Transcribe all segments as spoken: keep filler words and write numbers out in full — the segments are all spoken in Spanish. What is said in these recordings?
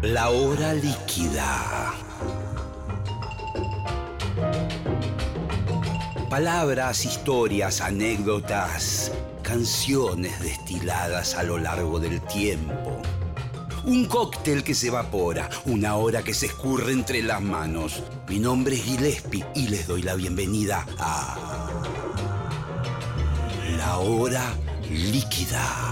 La hora líquida. Palabras, historias, anécdotas, canciones destiladas a lo largo del tiempo. Un cóctel que se evapora, una hora que se escurre entre las manos. Mi nombre es Gillespie y les doy la bienvenida a La hora líquida.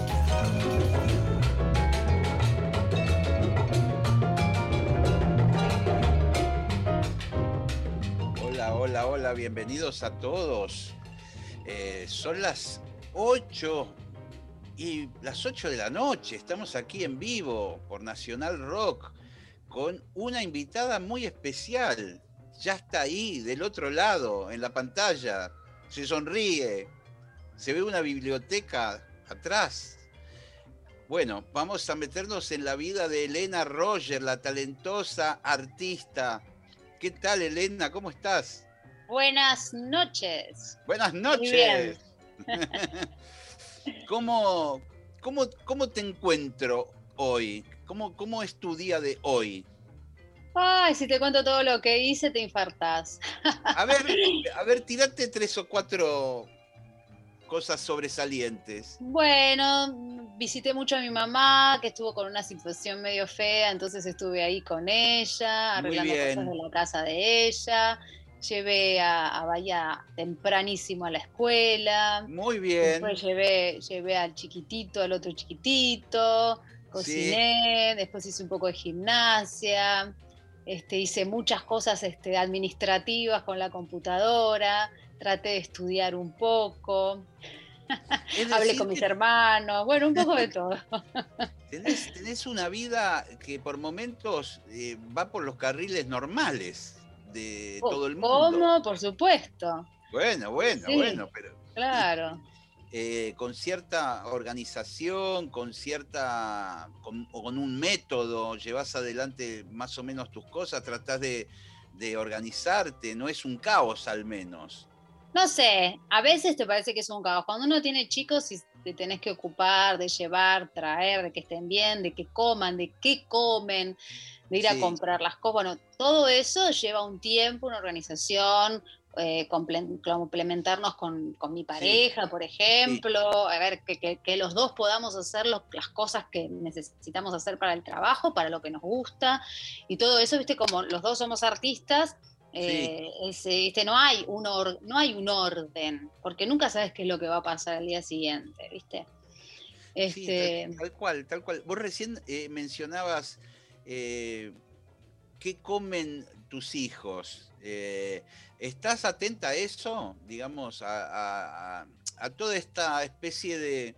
Hola, hola, hola, bienvenidos a todos. Eh, son las ocho y las ocho de la noche. Estamos aquí en vivo por Nacional Rock con una invitada muy especial. Ya está ahí, del otro lado, en la pantalla. Se sonríe. Se ve una biblioteca atrás. Bueno, vamos a meternos en la vida de Elena Roger, la talentosa artista. ¿Qué tal, Elena? ¿Cómo estás? Buenas noches. Buenas Muy bien. noches. ¿Cómo, cómo, ¿Cómo te encuentro hoy? ¿Cómo, ¿Cómo es tu día de hoy? Ay, si te cuento todo lo que hice, te infartás. A ver, a ver, tirate tres o cuatro cosas sobresalientes. Bueno, visité mucho a mi mamá, que estuvo con una situación medio fea, entonces estuve ahí con ella, Muy arreglando cosas bien. de la casa de ella. Llevé a, a Bahía tempranísimo a la escuela. Muy bien. Después llevé, llevé al chiquitito, al otro chiquitito, Sí, cociné, después hice un poco de gimnasia, este, hice muchas cosas este, administrativas con la computadora, traté de estudiar un poco, es hablé decir con mis que hermanos, bueno, un poco de todo. tenés, tenés una vida que por momentos eh, va por los carriles normales de todo el mundo. ¿Cómo? Por supuesto. Bueno, bueno, Sí, bueno, pero claro. eh, con cierta organización, con cierta, con, con un método, llevas adelante más o menos tus cosas, tratás de, de organizarte, no es un caos al menos. No sé, a veces te parece que es un caos. Cuando uno tiene chicos y te tenés que ocupar de llevar, traer, de que estén bien, de que coman, de qué comen, de ir a Sí, comprar las cosas. Bueno, todo eso lleva un tiempo, una organización, eh, comple- complementarnos con, con mi sí, pareja, por sí, ejemplo, a ver, que, que- que los dos podamos hacer los- las cosas que necesitamos hacer para el trabajo, para lo que nos gusta. Y todo eso, viste, como los dos somos artistas, sí, eh, ese, este, no, hay un or, no hay un orden, porque nunca sabes qué es lo que va a pasar al día siguiente, ¿viste? sí, tal, Este, tal cual, tal cual. Vos recién eh, mencionabas eh, qué comen tus hijos. Eh, ¿Estás atenta a eso? Digamos, a, a- a- a toda esta especie de,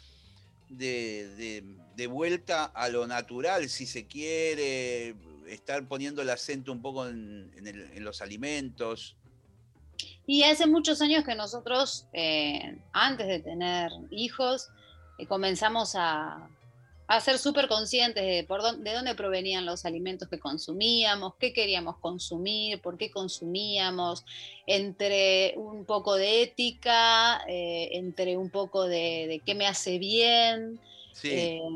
de, de- de vuelta a lo natural, si se quiere, estar poniendo el acento un poco en, en el- en los alimentos. y hace muchos años que nosotros, eh, antes de tener hijos, eh, comenzamos a, a ser súper conscientes de, por dónde, de dónde provenían los alimentos que consumíamos, qué queríamos consumir, por qué consumíamos, entre un poco de ética, eh, entre un poco de, de qué me hace bien. Sí, Eh,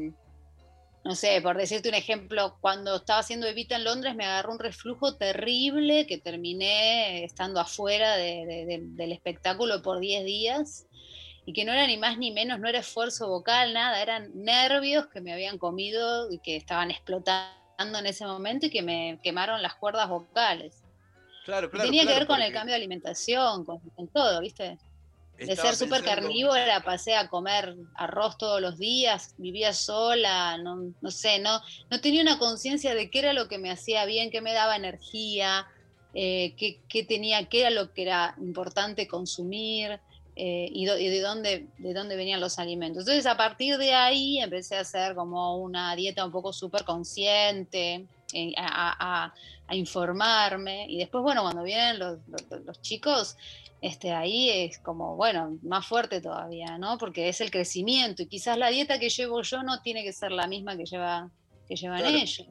no sé, por decirte un ejemplo, cuando estaba haciendo Evita en Londres me agarró un reflujo terrible que terminé estando afuera de, de, de, del espectáculo por diez días y que no era ni más ni menos, no era esfuerzo vocal, nada, eran nervios que me habían comido y que estaban explotando en ese momento y que me quemaron las cuerdas vocales. claro, Y claro, tenía que claro, ver con el porque cambio de alimentación, con, con todo, ¿viste? De estaba ser súper pensando, carnívora pasé a comer arroz todos los días, vivía sola, no, no sé, no, no tenía una conciencia de qué era lo que me hacía bien, qué me daba energía, eh, qué, qué tenía, qué era lo que era importante consumir, eh, y, do, y de, dónde, de dónde venían los alimentos. Entonces a partir de ahí empecé a hacer como una dieta un poco súper consciente, eh, a, a, a, informarme, y después, bueno, cuando vienen los, los, los chicos, este, ahí es como, bueno, más fuerte todavía, ¿no? Porque es el crecimiento y quizás la dieta que llevo yo no tiene que ser la misma que, lleva, que llevan claro, ellos.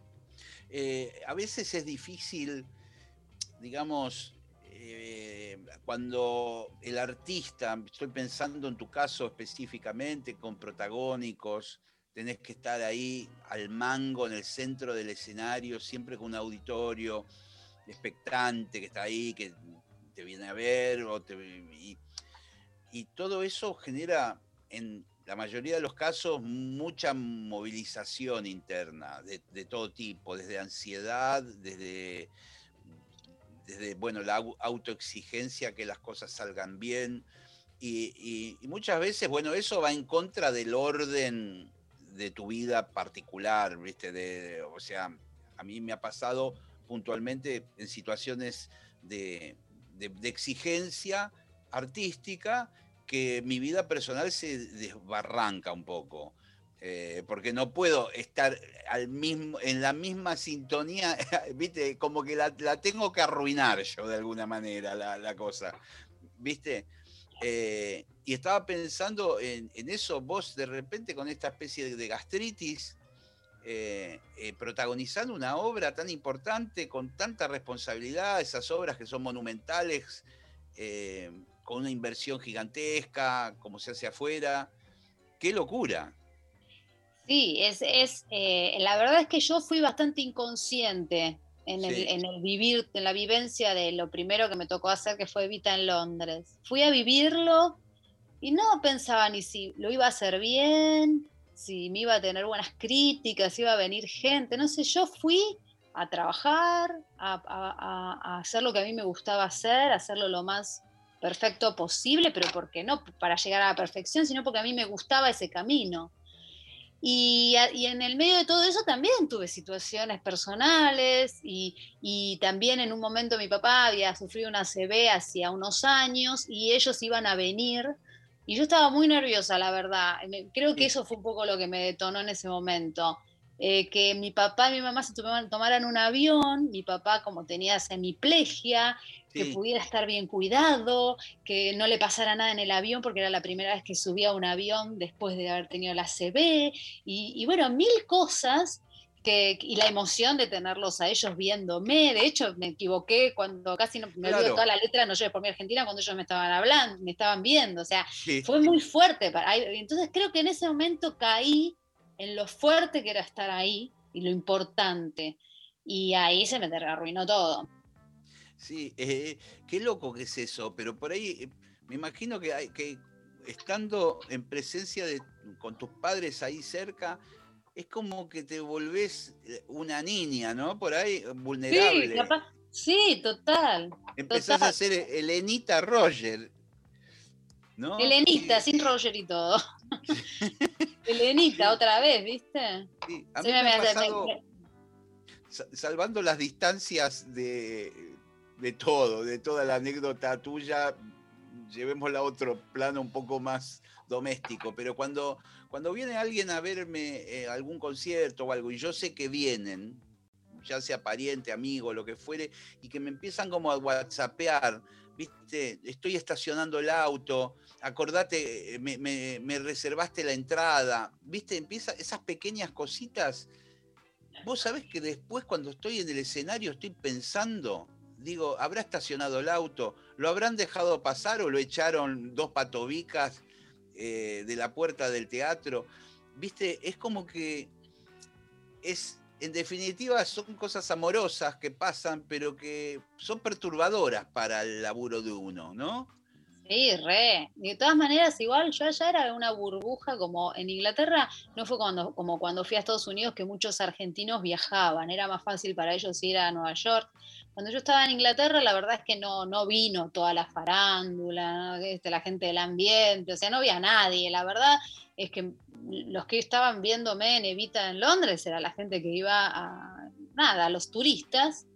eh, a veces es difícil, digamos, eh, cuando el artista, estoy pensando en tu caso específicamente, con protagónicos, tenés que estar ahí al mango en el centro del escenario, siempre con un auditorio expectante que está ahí, que te viene a ver, o te, y, y todo eso genera, en la mayoría de los casos, mucha movilización interna de, de todo tipo, desde ansiedad, desde, desde bueno, la autoexigencia que las cosas salgan bien, y, y, y muchas veces, bueno, eso va en contra del orden de tu vida particular, ¿viste? De, o sea, a mí me ha pasado puntualmente en situaciones de, de, de exigencia artística que mi vida personal se desbarranca un poco. Eh, porque no puedo estar al mismo, en la misma sintonía, ¿viste? Como que la, la tengo que arruinar yo de alguna manera, la, la cosa, ¿viste? Eh, y estaba pensando en, en eso, vos de repente con esta especie de, de gastritis, eh, eh, protagonizando una obra tan importante, con tanta responsabilidad, esas obras que son monumentales, eh, con una inversión gigantesca, como se hace afuera. ¡Qué locura! Sí, es, es eh, la verdad es que yo fui bastante inconsciente en el, Sí. en el vivir, en la vivencia de lo primero que me tocó hacer, que fue Evita en Londres. Fui a vivirlo y no pensaba ni si lo iba a hacer bien, si me iba a tener buenas críticas, si iba a venir gente, no sé, yo fui a trabajar, a, a, a hacer lo que a mí me gustaba hacer, hacerlo lo más perfecto posible, pero porque no para llegar a la perfección, sino porque a mí me gustaba ese camino. Y, y, en el medio de todo eso también tuve situaciones personales y, y también en un momento mi papá había sufrido una A C V hacía unos años y ellos iban a venir y yo estaba muy nerviosa, la verdad. Creo que eso fue un poco lo que me detonó en ese momento. Eh, que mi papá y mi mamá se tomaran un avión, mi papá como tenía semiplegia, sí. que pudiera estar bien cuidado, que no le pasara nada en el avión porque era la primera vez que subía a un avión después de haber tenido la A C V y, y bueno, mil cosas que, y la emoción de tenerlos a ellos viéndome. De hecho, me equivoqué cuando casi no, me claro. olvido toda la letra, no llores por mi Argentina, cuando ellos me estaban hablando, me estaban viendo, o sea, sí. fue muy fuerte. Para, entonces creo que en ese momento caí en lo fuerte que era estar ahí y lo importante. Y ahí se me arruinó todo. Sí, eh, qué loco que es eso, pero por ahí eh, me imagino que, hay, que estando en presencia de con tus padres ahí cerca, es como que te volvés una niña, ¿no? Por ahí, vulnerable. Sí, capaz, sí, total. Empezás total. a ser Elenita Roger, ¿no? Elenita, sí. Sin Roger y todo. Elenita, sí. Otra vez, ¿viste? Sí, a mí me, me ha pasado, me... salvando las distancias de, de todo, de toda la anécdota tuya, llevémosla a otro plano un poco más doméstico, pero cuando, cuando viene alguien a verme eh, algún concierto o algo, y yo sé que vienen, ya sea pariente, amigo, lo que fuere, y que me empiezan como a whatsappear, ¿viste? Estoy estacionando el auto, acordate, me, me, me reservaste la entrada, ¿viste? Empieza esas pequeñas cositas. Vos sabés que después cuando estoy en el escenario estoy pensando, digo, ¿habrá estacionado el auto? ¿Lo habrán dejado pasar o lo echaron dos patobicas eh, de la puerta del teatro? ¿Viste? Es como que es... En definitiva, son cosas amorosas que pasan, pero que son perturbadoras para el laburo de uno, ¿no? Sí, re. De todas maneras, igual yo allá era una burbuja, como en Inglaterra, no fue cuando, como cuando fui a Estados Unidos que muchos argentinos viajaban, era más fácil para ellos ir a Nueva York. Cuando yo estaba en Inglaterra, la verdad es que no, no vino toda la farándula, ¿no? Este, la gente del ambiente, o sea, no había nadie. La verdad es que los que estaban viéndome en Evita en Londres era la gente que iba a, nada, a los turistas.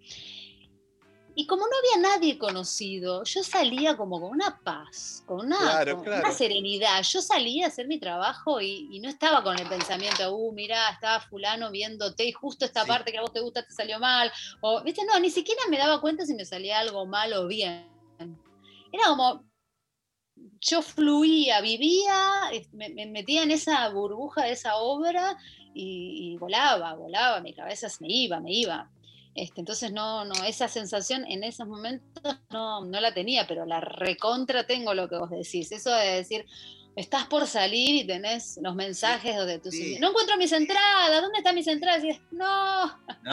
Y como no había nadie conocido, yo salía como con una paz, con una, claro, con claro. una serenidad. Yo salía a hacer mi trabajo y, y no estaba con el pensamiento, uh, mirá, estaba fulano viéndote y justo esta sí. parte que a vos te gusta te salió mal. O, ¿viste? No, ni siquiera me daba cuenta si me salía algo mal o bien. Era como, yo fluía, vivía, me, me metía en esa burbuja de esa obra y, y volaba, volaba, mi cabeza me iba, me iba. Este, entonces no, no, esa sensación en esos momentos no, no la tenía, pero la recontra tengo lo que vos decís. Eso de decir, estás por salir y tenés los mensajes Sí, de tus... sí. No encuentro mis entradas, ¿dónde están mis entradas? Y dices, no. ¿No?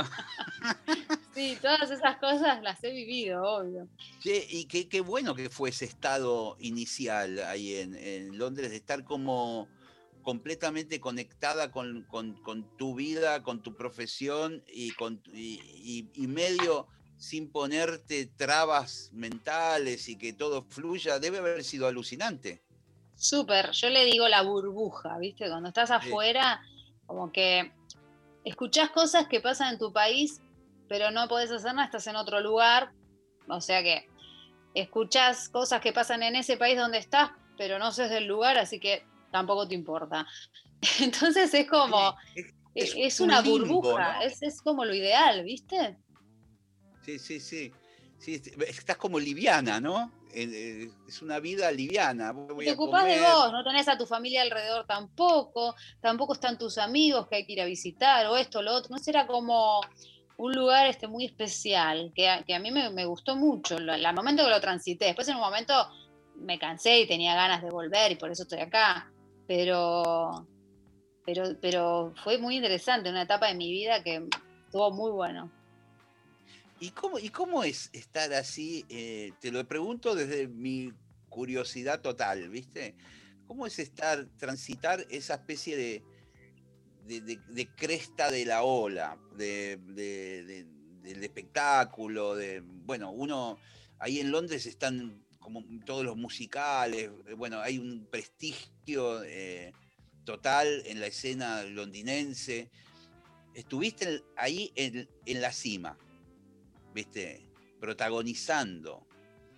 Sí, todas esas cosas las he vivido, obvio. Che, y qué, qué bueno que fue ese estado inicial ahí en, en Londres, de estar como completamente conectada con, con, con tu vida, con tu profesión y, con, y, y, y medio sin ponerte trabas mentales y que todo fluya. Debe haber sido alucinante. Súper, yo le digo la burbuja, ¿viste? Cuando estás Sí, afuera, como que escuchás cosas que pasan en tu país, pero no podés hacer nada, estás en otro lugar. O sea que escuchás cosas que pasan en ese país donde estás, pero no sos del lugar, así que tampoco te importa. Entonces es como, sí. Es, es es un una limbo, burbuja, ¿no? es, es como lo ideal, ¿viste? Sí, sí, sí. Sí, estás como liviana, ¿no? Es una vida liviana. Voy Te a ocupás de comer. vos, no tenés a tu familia alrededor tampoco, tampoco están tus amigos que hay que ir a visitar, o esto, lo otro. No será como un lugar este, muy especial, que a, que a mí me, me gustó mucho, el momento que lo transité. Después en un momento me cansé y tenía ganas de volver y por eso estoy acá. Pero, pero, pero fue muy interesante, una etapa de mi vida que estuvo muy bueno. ¿Y cómo, ¿Y cómo es estar así? Eh, te lo pregunto desde mi curiosidad total, ¿viste? ¿Cómo es estar, transitar esa especie de, de, de, de cresta de la ola, de, de, de, del espectáculo? De, bueno, uno, ahí en Londres están como todos los musicales, bueno, hay un prestigio eh, total en la escena londinense. Estuviste ahí en, en la cima, ¿viste? Protagonizando.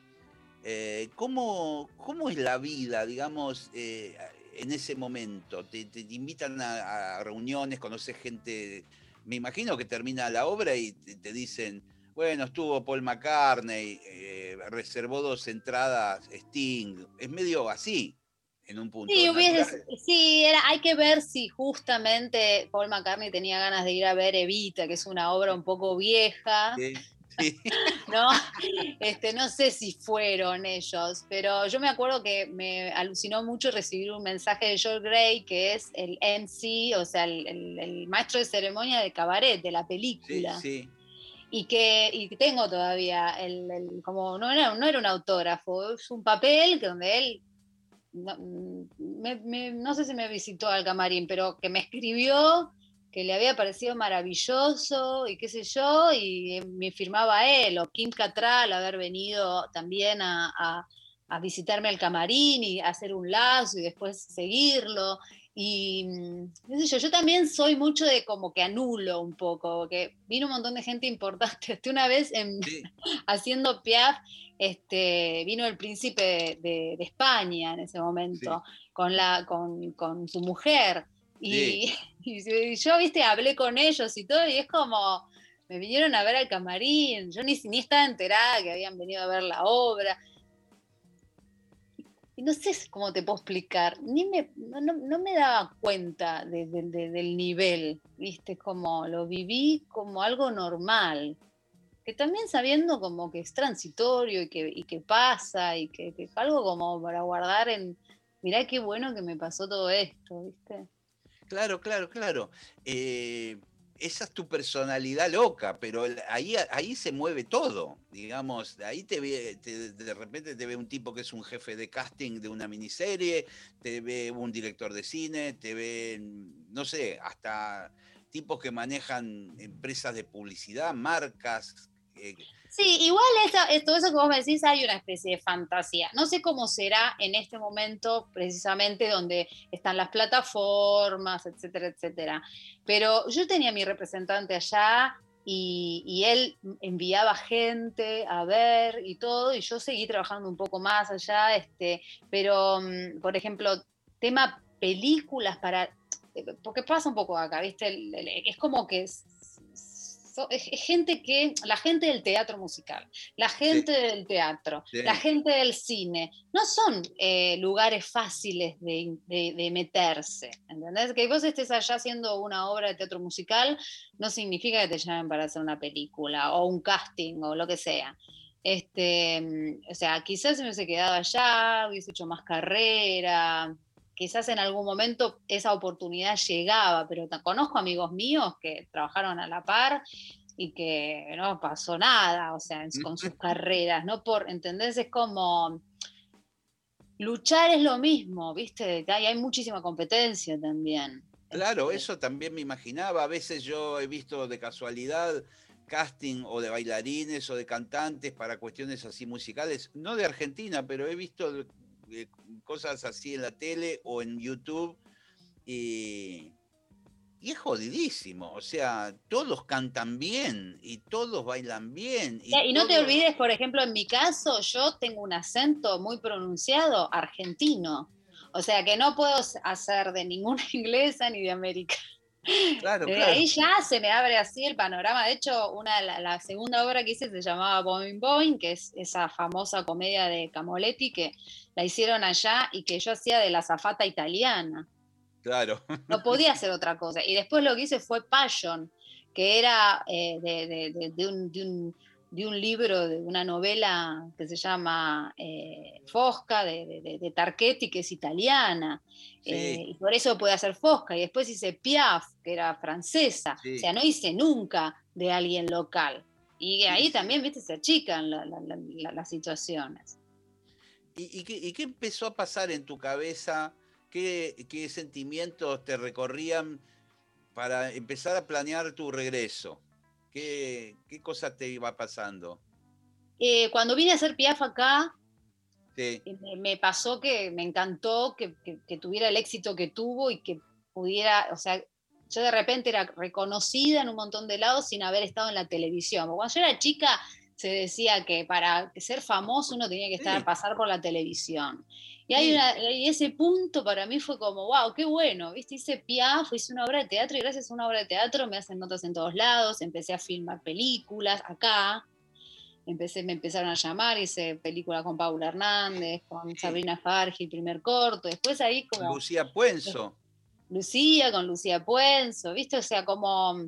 Eh, ¿cómo, ¿Cómo es la vida, digamos, eh, en ese momento? ¿Te, te invitan a, a, reuniones, conoces gente? Me imagino que termina la obra y te, te dicen, bueno, estuvo Paul McCartney, eh, reservó dos entradas Sting. Es medio así, en un punto. Sí, ¿Es hubiese, natural? sí era, hay que ver si justamente Paul McCartney tenía ganas de ir a ver Evita, que es una obra un poco vieja, Sí, sí. ¿no? Este, no sé si fueron ellos, pero yo me acuerdo que me alucinó mucho recibir un mensaje de Joel Grey, que es el M C, o sea, el, el, el maestro de ceremonia de cabaret de la Sí, película. sí. Y que y tengo todavía, el, el, como no era, no era un autógrafo, es un papel que donde él no, me, me, no sé si me visitó al camarín, pero que me escribió que le había parecido maravilloso y qué sé yo, y me firmaba él, o Kim Cattrall haber venido también a, a, a visitarme al camarín y hacer un lazo y después seguirlo. Y qué sé yo, yo también soy mucho de como que anulo un poco, porque vino un montón de gente importante. Estuve una vez en, Sí. haciendo Piaf, este, vino el príncipe de, de, de España en ese momento, Sí, con, la, con, con su mujer. sí. Y, y yo, viste, hablé con ellos y todo, y es como, me vinieron a ver al camarín, yo ni, ni estaba enterada que habían venido a ver la obra. Y no sé cómo te puedo explicar, ni me, no, no, no me daba cuenta de, de, de, del nivel, viste, como lo viví como algo normal, que también sabiendo como que es transitorio y que, y que pasa y que, que algo como para guardar en, mirá qué bueno que me pasó todo esto, viste. Claro, claro, claro. Eh, esa es tu personalidad loca, pero ahí, ahí se mueve todo, digamos. Ahí te ve, te, de repente te ve un tipo que es un jefe de casting de una miniserie, te ve un director de cine, te ve, no sé, hasta tipos que manejan empresas de publicidad, marcas. Eh, Sí, igual eso, todo eso que vos me decís, hay una especie de fantasía. No sé cómo será en este momento, precisamente donde están las plataformas, etcétera, etcétera. Pero yo tenía mi representante allá y, y él enviaba gente a ver y todo, y yo seguí trabajando un poco más allá, este, pero, por ejemplo, tema películas para... Porque pasa un poco acá, ¿viste? Es como que... Es, es gente que, la gente del teatro musical, la sí, gente del teatro, sí, la gente del cine, no son eh, lugares fáciles de, de, de meterse, ¿entendés? Que vos estés allá haciendo una obra de teatro musical no significa que te llamen para hacer una película o un casting o lo que sea. Este, o sea, quizás si me hubiese quedado allá, hubiese hecho más carrera, quizás en algún momento esa oportunidad llegaba, pero conozco amigos míos que trabajaron a la par y que no pasó nada, o sea, con sus carreras, ¿no? Por, ¿entendés? Es como, luchar es lo mismo, ¿viste? Hay, hay muchísima competencia también. Claro, Este, eso también me imaginaba. A veces yo he visto de casualidad casting o de bailarines o de cantantes para cuestiones así musicales, no de Argentina, pero he visto eh, cosas así en la tele o en YouTube y, y es jodidísimo. O sea, todos cantan bien y todos bailan bien y y no te todos... olvides, por ejemplo, en mi caso, yo tengo un acento muy pronunciado argentino. O sea que no puedo hacer de ninguna inglesa ni de americana. Claro, Desde claro. ahí ya se me abre así el panorama. De hecho, una, la, la segunda obra que hice se llamaba Boing Boing, que es esa famosa comedia de Camoletti que la hicieron allá y que yo hacía de la azafata italiana. Claro. No podía hacer otra cosa. Y después lo que hice fue Passion, que era eh, de, de, de, de, un, de, un, de un libro, de una novela que se llama eh, Fosca, de, de, de Tarchetti, que es italiana. Sí, Eh, y por eso puede hacer Fosca. Y después hice Piaf, que era francesa. sí, O sea, no hice nunca de alguien local. Y sí, ahí sí. también, viste, se achican la, la, la, las situaciones. ¿Y, y, qué, ¿Y qué empezó a pasar en tu cabeza? ¿Qué, qué sentimientos te recorrían para empezar a planear tu regreso? ¿Qué, qué cosa te iba pasando? Eh, cuando vine a hacer Piaf acá, Sí, me, me pasó que me encantó que, que, que tuviera el éxito que tuvo y que pudiera, o sea, yo de repente era reconocida en un montón de lados sin haber estado en la televisión. Porque cuando yo era chica se decía que para ser famoso uno tenía que estar, sí, pasar por la televisión. Y, hay sí, una, y ese punto para mí fue como, wow, qué bueno, ¿viste? Hice Piaf, hice una obra de teatro y gracias a una obra de teatro me hacen notas en todos lados, empecé a filmar películas acá. Empecé, me empezaron a llamar, hice película con Paula Hernández, con sí. Sabrina Fargi, el primer corto, después ahí Con como Lucía Puenzo. Lucía, con Lucía Puenzo, ¿viste? O sea, como,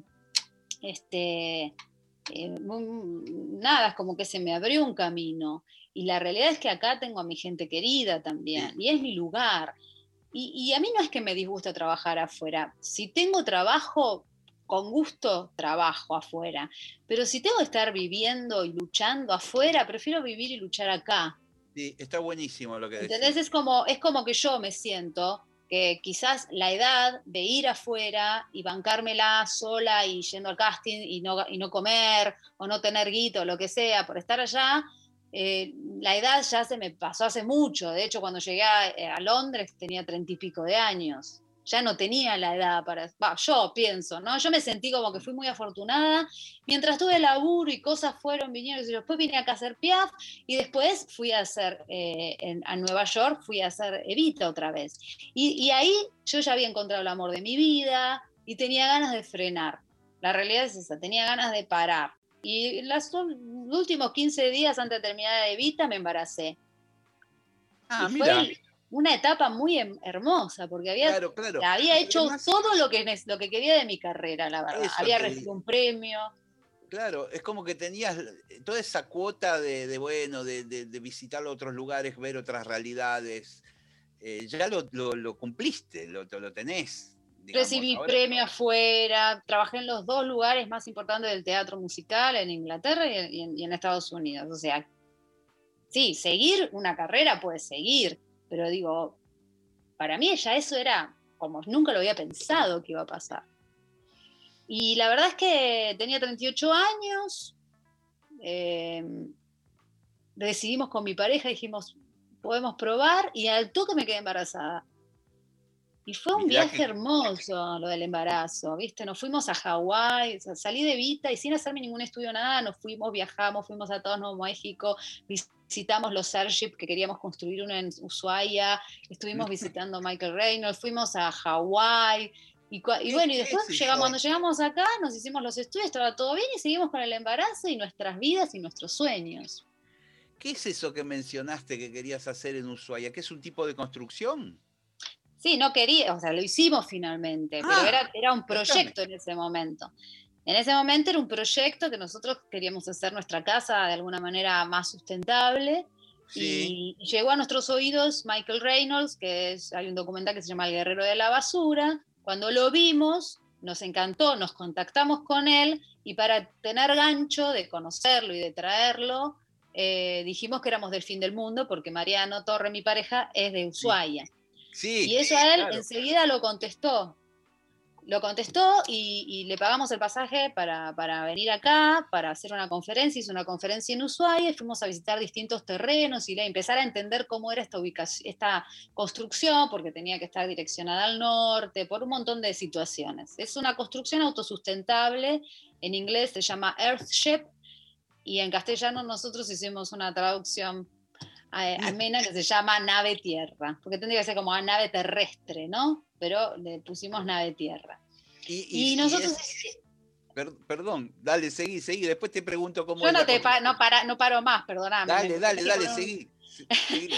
este, eh, nada, es como que se me abrió un camino. Y la realidad es que acá tengo a mi gente querida también, Sí, y es mi lugar. Y, y a mí no es que me disgusta trabajar afuera. Si tengo trabajo, con gusto trabajo afuera. Pero si tengo que estar viviendo y luchando afuera, prefiero vivir y luchar acá. sí, está buenísimo lo que ¿Entendés? decís. Es como, es como que yo me siento que quizás la edad de ir afuera y bancármela sola y yendo al casting y no, y no comer o no tener guito o lo que sea por estar allá, eh, la edad ya se me pasó hace mucho. De hecho, cuando llegué a, a Londres tenía treinta y pico de años. Ya no tenía la edad para... Bah, yo pienso, ¿no? Yo me sentí como que fui muy afortunada. Mientras tuve laburo y cosas fueron, vinieron, y después vine acá a hacer Piaf y después fui a hacer, eh, en, a Nueva York, fui a hacer Evita otra vez. Y, y ahí yo ya había encontrado el amor de mi vida y tenía ganas de frenar. La realidad es esa, tenía ganas de parar. Y los últimos quince días antes de terminar Evita me embaracé. Ah, Y fue mira, el, una etapa muy hermosa, porque había, claro, claro. había Y hecho además, todo lo que, lo que quería de mi carrera, la verdad. eso Había te recibido digo. un premio. Claro, es como que tenías toda esa cuota de, de bueno, de, de, de visitar otros lugares, ver otras realidades. Eh, ya lo, lo, lo cumpliste, lo, lo tenés, digamos. Recibí Ahora, premio afuera, trabajé en los dos lugares más importantes del teatro musical, en Inglaterra y en, y en Estados Unidos. O sea, sí, seguir una carrera puede seguir, pero digo, para mí ya eso era como nunca lo había pensado que iba a pasar. Y la verdad es que tenía treinta y ocho años, eh, decidimos con mi pareja, dijimos, podemos probar, y al toque me quedé embarazada. Y fue un mirá viaje que, hermoso lo del embarazo, ¿viste? Nos fuimos a Hawái, o sea, salí de Vita y sin hacerme ningún estudio, nada, nos fuimos, viajamos, fuimos a todos Nuevo México, visitamos los airships que queríamos construir uno en Ushuaia, estuvimos visitando Michael Reynolds, fuimos a Hawái, y, y ¿qué, bueno, y qué después es llegamos, eso? cuando llegamos acá, nos hicimos los estudios, estaba todo bien y seguimos con el embarazo y nuestras vidas y nuestros sueños. ¿Qué es eso que mencionaste que querías hacer en Ushuaia? ¿Qué es un tipo de construcción? Sí, no quería, o sea, lo hicimos finalmente, pero Ah, era, era un contame. proyecto en ese momento. En ese momento era un proyecto que nosotros queríamos hacer nuestra casa de alguna manera más sustentable Sí. Y llegó a nuestros oídos Michael Reynolds, que es, hay un documental que se llama El Guerrero de la Basura. Cuando lo vimos, nos encantó, nos contactamos con él y para tener gancho de conocerlo y de traerlo, eh, dijimos que éramos del fin del mundo porque Mariano Torre, mi pareja, es de Ushuaia. Sí, Y eso a él claro. enseguida lo contestó. Lo contestó y, y le pagamos el pasaje para, para venir acá, para hacer una conferencia. Hizo una conferencia en Ushuaia y fuimos a visitar distintos terrenos y a empezar a entender cómo era esta ubicación, esta construcción, porque tenía que estar direccionada al norte, por un montón de situaciones. Es una construcción autosustentable, en inglés se llama Earthship, y en castellano nosotros hicimos una traducción amena que se llama nave tierra, porque tendría que ser como nave terrestre, ¿no? Pero le pusimos nave tierra. Y, y, y nosotros... Y es, per, perdón, dale, seguí, seguí, después te pregunto cómo Yo es no, la te pa, no, para, no paro más, perdóname. Dale, me, dale, dale, un... seguí. seguí.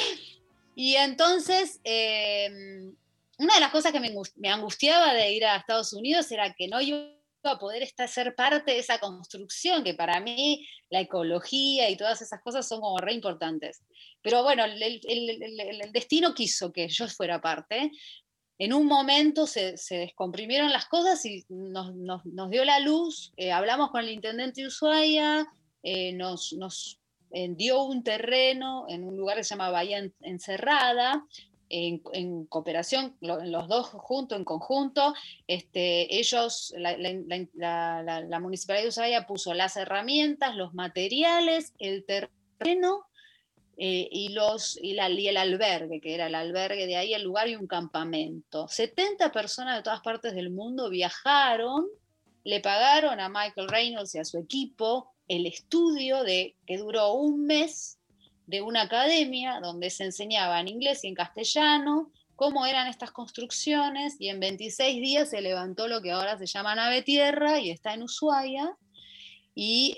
Y entonces, eh, una de las cosas que me, me angustiaba de ir a Estados Unidos era que no iba a poder estar, ser parte de esa construcción, que para mí la ecología y todas esas cosas son como re importantes. Pero bueno, el, el, el, el destino quiso que yo fuera parte. En un momento se, se descomprimieron las cosas y nos, nos, nos dio la luz, eh, hablamos con el intendente de Ushuaia, eh, nos, nos eh, dio un terreno en un lugar que se llama Bahía Encerrada, en, en cooperación, lo, los dos juntos, en conjunto. Este, ellos, la, la, la, la, la Municipalidad de Ushuaia puso las herramientas, los materiales, el terreno, Eh, y, los, y, la, y el albergue, que era el albergue de ahí, el lugar y un campamento. setenta personas de todas partes del mundo viajaron, le pagaron a Michael Reynolds y a su equipo el estudio de, que duró un mes de una academia donde se enseñaba en inglés y en castellano cómo eran estas construcciones, y en veintiséis días se levantó lo que ahora se llama nave tierra y está en Ushuaia. Y...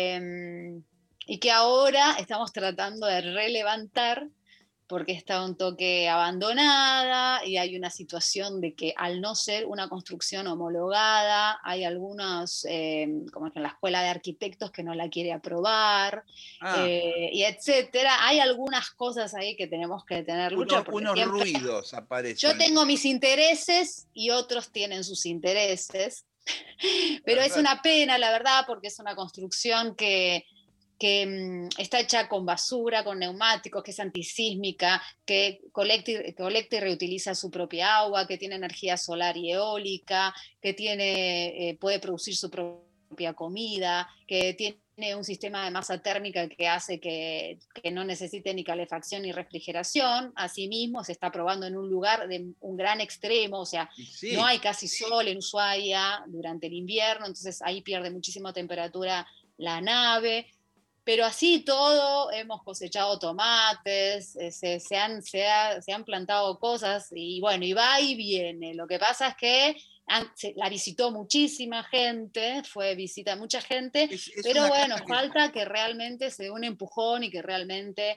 Eh, y que ahora estamos tratando de relevantar porque está un toque abandonada y hay una situación de que al no ser una construcción homologada, hay algunos, eh, como en la escuela de arquitectos que no la quiere aprobar, ah. eh, y etcétera. Hay algunas cosas ahí que tenemos que tener lucha. Uno, unos siempre, ruidos aparecen. Yo tengo mis intereses y otros tienen sus intereses, pero es una pena, la verdad, porque es una construcción que que um, está hecha con basura, con neumáticos, que es antisísmica, que colecta y, colecta y reutiliza su propia agua, que tiene energía solar y eólica, que tiene, eh, puede producir su propia comida, que tiene un sistema de masa térmica que hace que, que no necesite ni calefacción ni refrigeración. Asimismo, se está probando en un lugar de un gran extremo, o sea, sí. no hay casi sol en Ushuaia durante el invierno, entonces ahí pierde muchísima temperatura la nave. Pero así todo, hemos cosechado tomates, se, se, han, se, ha, se han plantado cosas y bueno, y va y viene. Lo que pasa es que han, se, la visitó muchísima gente, fue visita mucha gente, es, es pero bueno, falta que... que realmente se dé un empujón y que realmente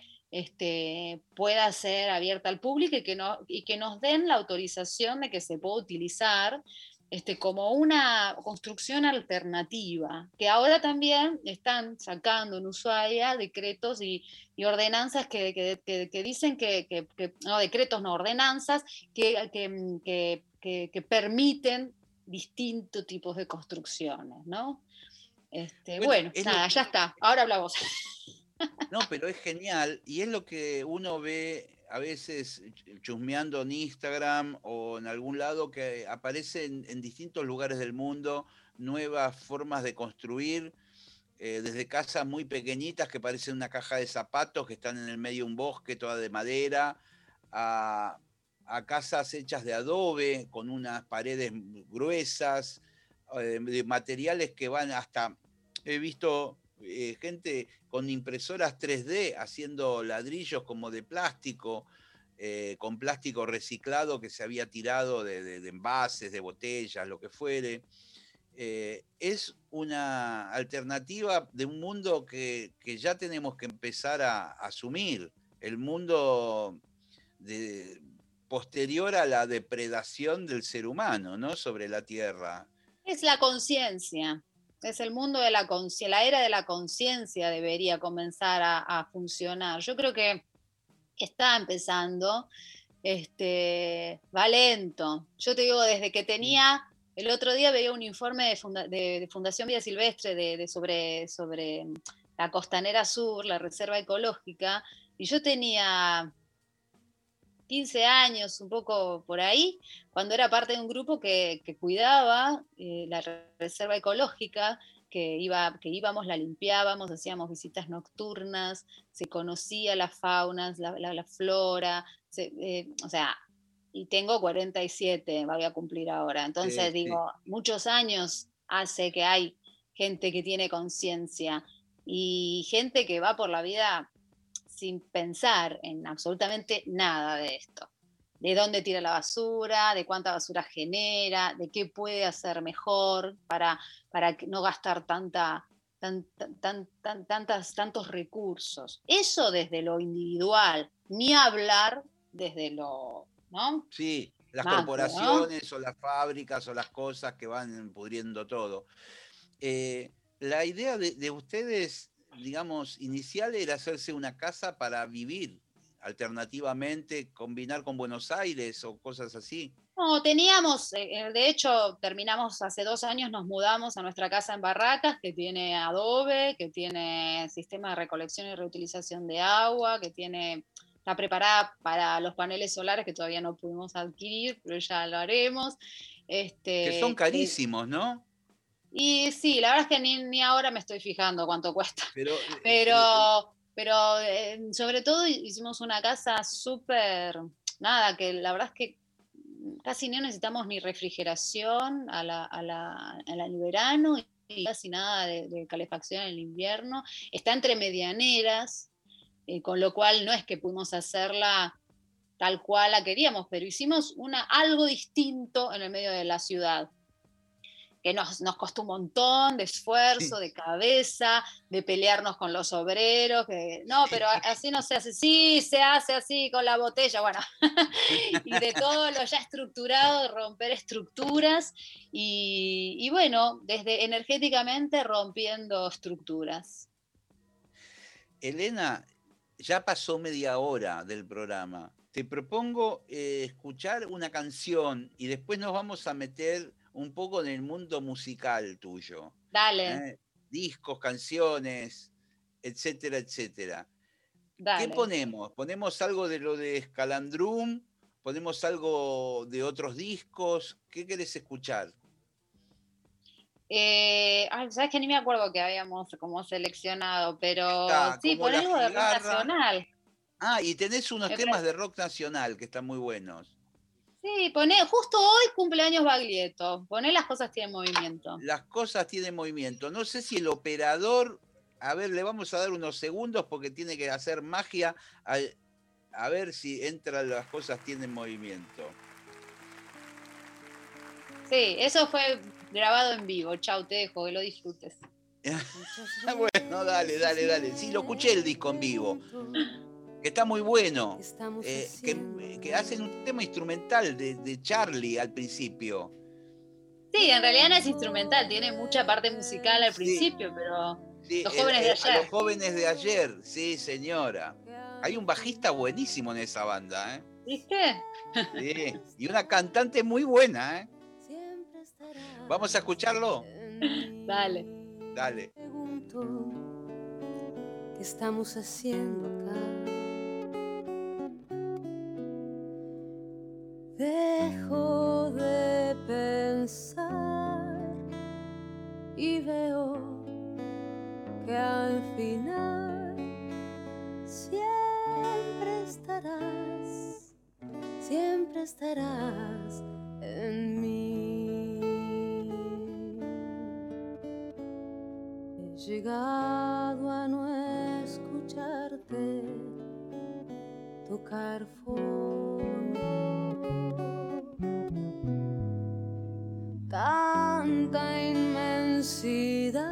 este, pueda ser abierta al público y que, no, y que nos den la autorización de que se pueda utilizar Este, como una construcción alternativa, que ahora también están sacando en Ushuaia decretos y, y ordenanzas que, que, que, que dicen que, que, que, no, decretos, no, ordenanzas que, que, que, que, que permiten distintos tipos de construcciones, ¿no? Este, bueno, bueno nada, que... ya está, ahora habla vos. No, pero es genial, y es lo que uno ve a veces chusmeando en Instagram o en algún lado, que aparecen en distintos lugares del mundo nuevas formas de construir, eh, desde casas muy pequeñitas que parecen una caja de zapatos que están en el medio de un bosque toda de madera, a, a casas hechas de adobe con unas paredes gruesas, eh, de materiales que van hasta, he visto eh, gente con impresoras tres D haciendo ladrillos como de plástico, eh, con plástico reciclado que se había tirado de, de, de envases, de botellas, lo que fuere. Eh, es una alternativa de un mundo que, que ya tenemos que empezar a, a asumir, el mundo de, posterior a la depredación del ser humano, ¿no?, sobre la Tierra. Es la conciencia. es el mundo de la conciencia, la era de la conciencia debería comenzar a, a funcionar. Yo creo que está empezando, este, va lento. Yo te digo, desde que tenía, el otro día veía un informe de, funda, de, de Fundación Vida Silvestre de, de sobre, sobre la Costanera Sur, la Reserva Ecológica, y yo tenía quince años, un poco por ahí, cuando era parte de un grupo que, que cuidaba eh, la Reserva Ecológica, que, iba, que íbamos, la limpiábamos, hacíamos visitas nocturnas, se conocía la fauna, la, la, la flora, se, eh, o sea, y tengo cuarenta y siete, voy a cumplir ahora. Entonces, sí, digo, sí. Muchos años hace que hay gente que tiene conciencia y gente que va por la vida sin pensar en absolutamente nada de esto. De dónde tira la basura, de cuánta basura genera, de qué puede hacer mejor para, para no gastar tanta, tan, tan, tan, tantas, tantos recursos. Eso desde lo individual, ni hablar desde lo... ¿no? Sí, las Macro, corporaciones, ¿no? O las fábricas o las cosas que van pudriendo todo. Eh, la idea de, de ustedes, digamos, inicial era hacerse una casa para vivir, alternativamente, combinar con Buenos Aires o cosas así. No, teníamos, eh, de hecho, terminamos hace dos años, nos mudamos a nuestra casa en Barracas, que tiene adobe, que tiene sistema de recolección y reutilización de agua, que tiene, está preparada para los paneles solares que todavía no pudimos adquirir, pero ya lo haremos. Este, que son carísimos, ¿no? Y sí, la verdad es que ni, ni ahora me estoy fijando cuánto cuesta. Pero, pero, eh, pero eh, sobre todo hicimos una casa súper, nada, que la verdad es que casi no necesitamos ni refrigeración a la, a la, a la, en el verano y casi nada de, de calefacción en el invierno. Está entre medianeras, eh, con lo cual no es que pudimos hacerla tal cual la queríamos, pero hicimos una, algo distinto en el medio de la ciudad, que nos, nos costó un montón de esfuerzo, sí. de cabeza, de pelearnos con los obreros, que no, pero así no se hace, sí, se hace así con la botella, bueno, y de todo lo ya estructurado, de romper estructuras, y, y bueno, desde energéticamente rompiendo estructuras. Elena, ya pasó media hora del programa. Te propongo eh, escuchar una canción y después nos vamos a meter un poco en el mundo musical tuyo. Dale. ¿Eh? Discos, canciones, etcétera, etcétera. Dale. ¿Qué ponemos? ¿Ponemos algo de lo de Escalandrum? ¿Ponemos algo de otros discos? ¿Qué querés escuchar? Eh, ay, sabes que ni me acuerdo que habíamos como seleccionado, pero Está, sí, pon algo de rock nacional. Ah, y tenés unos me temas parece... de rock nacional que están muy buenos. Sí, poné, justo hoy cumpleaños Baglietto, poné Las Cosas Tienen Movimiento. Las Cosas Tienen Movimiento. No sé si el operador, a ver, le vamos a dar unos segundos porque tiene que hacer magia, a, a ver si entra Las Cosas Tienen Movimiento. Sí, eso fue grabado en vivo. Chau, te dejo, que lo disfrutes. Bueno, dale, dale, dale. Sí, lo escuché el disco en vivo. Que está muy bueno, eh, que, que hacen un tema instrumental de, de Charlie al principio. Sí, en realidad no es instrumental, tiene mucha parte musical al principio, sí, pero sí, los jóvenes el, de ayer. Los jóvenes de ayer, sí, señora. Hay un bajista buenísimo en esa banda, ¿eh? ¿Viste? Sí, y una cantante muy buena, ¿eh? ¿Vamos a escucharlo? Dale. Dale. ¿Qué estamos haciendo acá? Dejo de pensar y veo que al final siempre estarás, siempre estarás en mí. He llegado a no escucharte tocar fondo. Tanta inmensidad,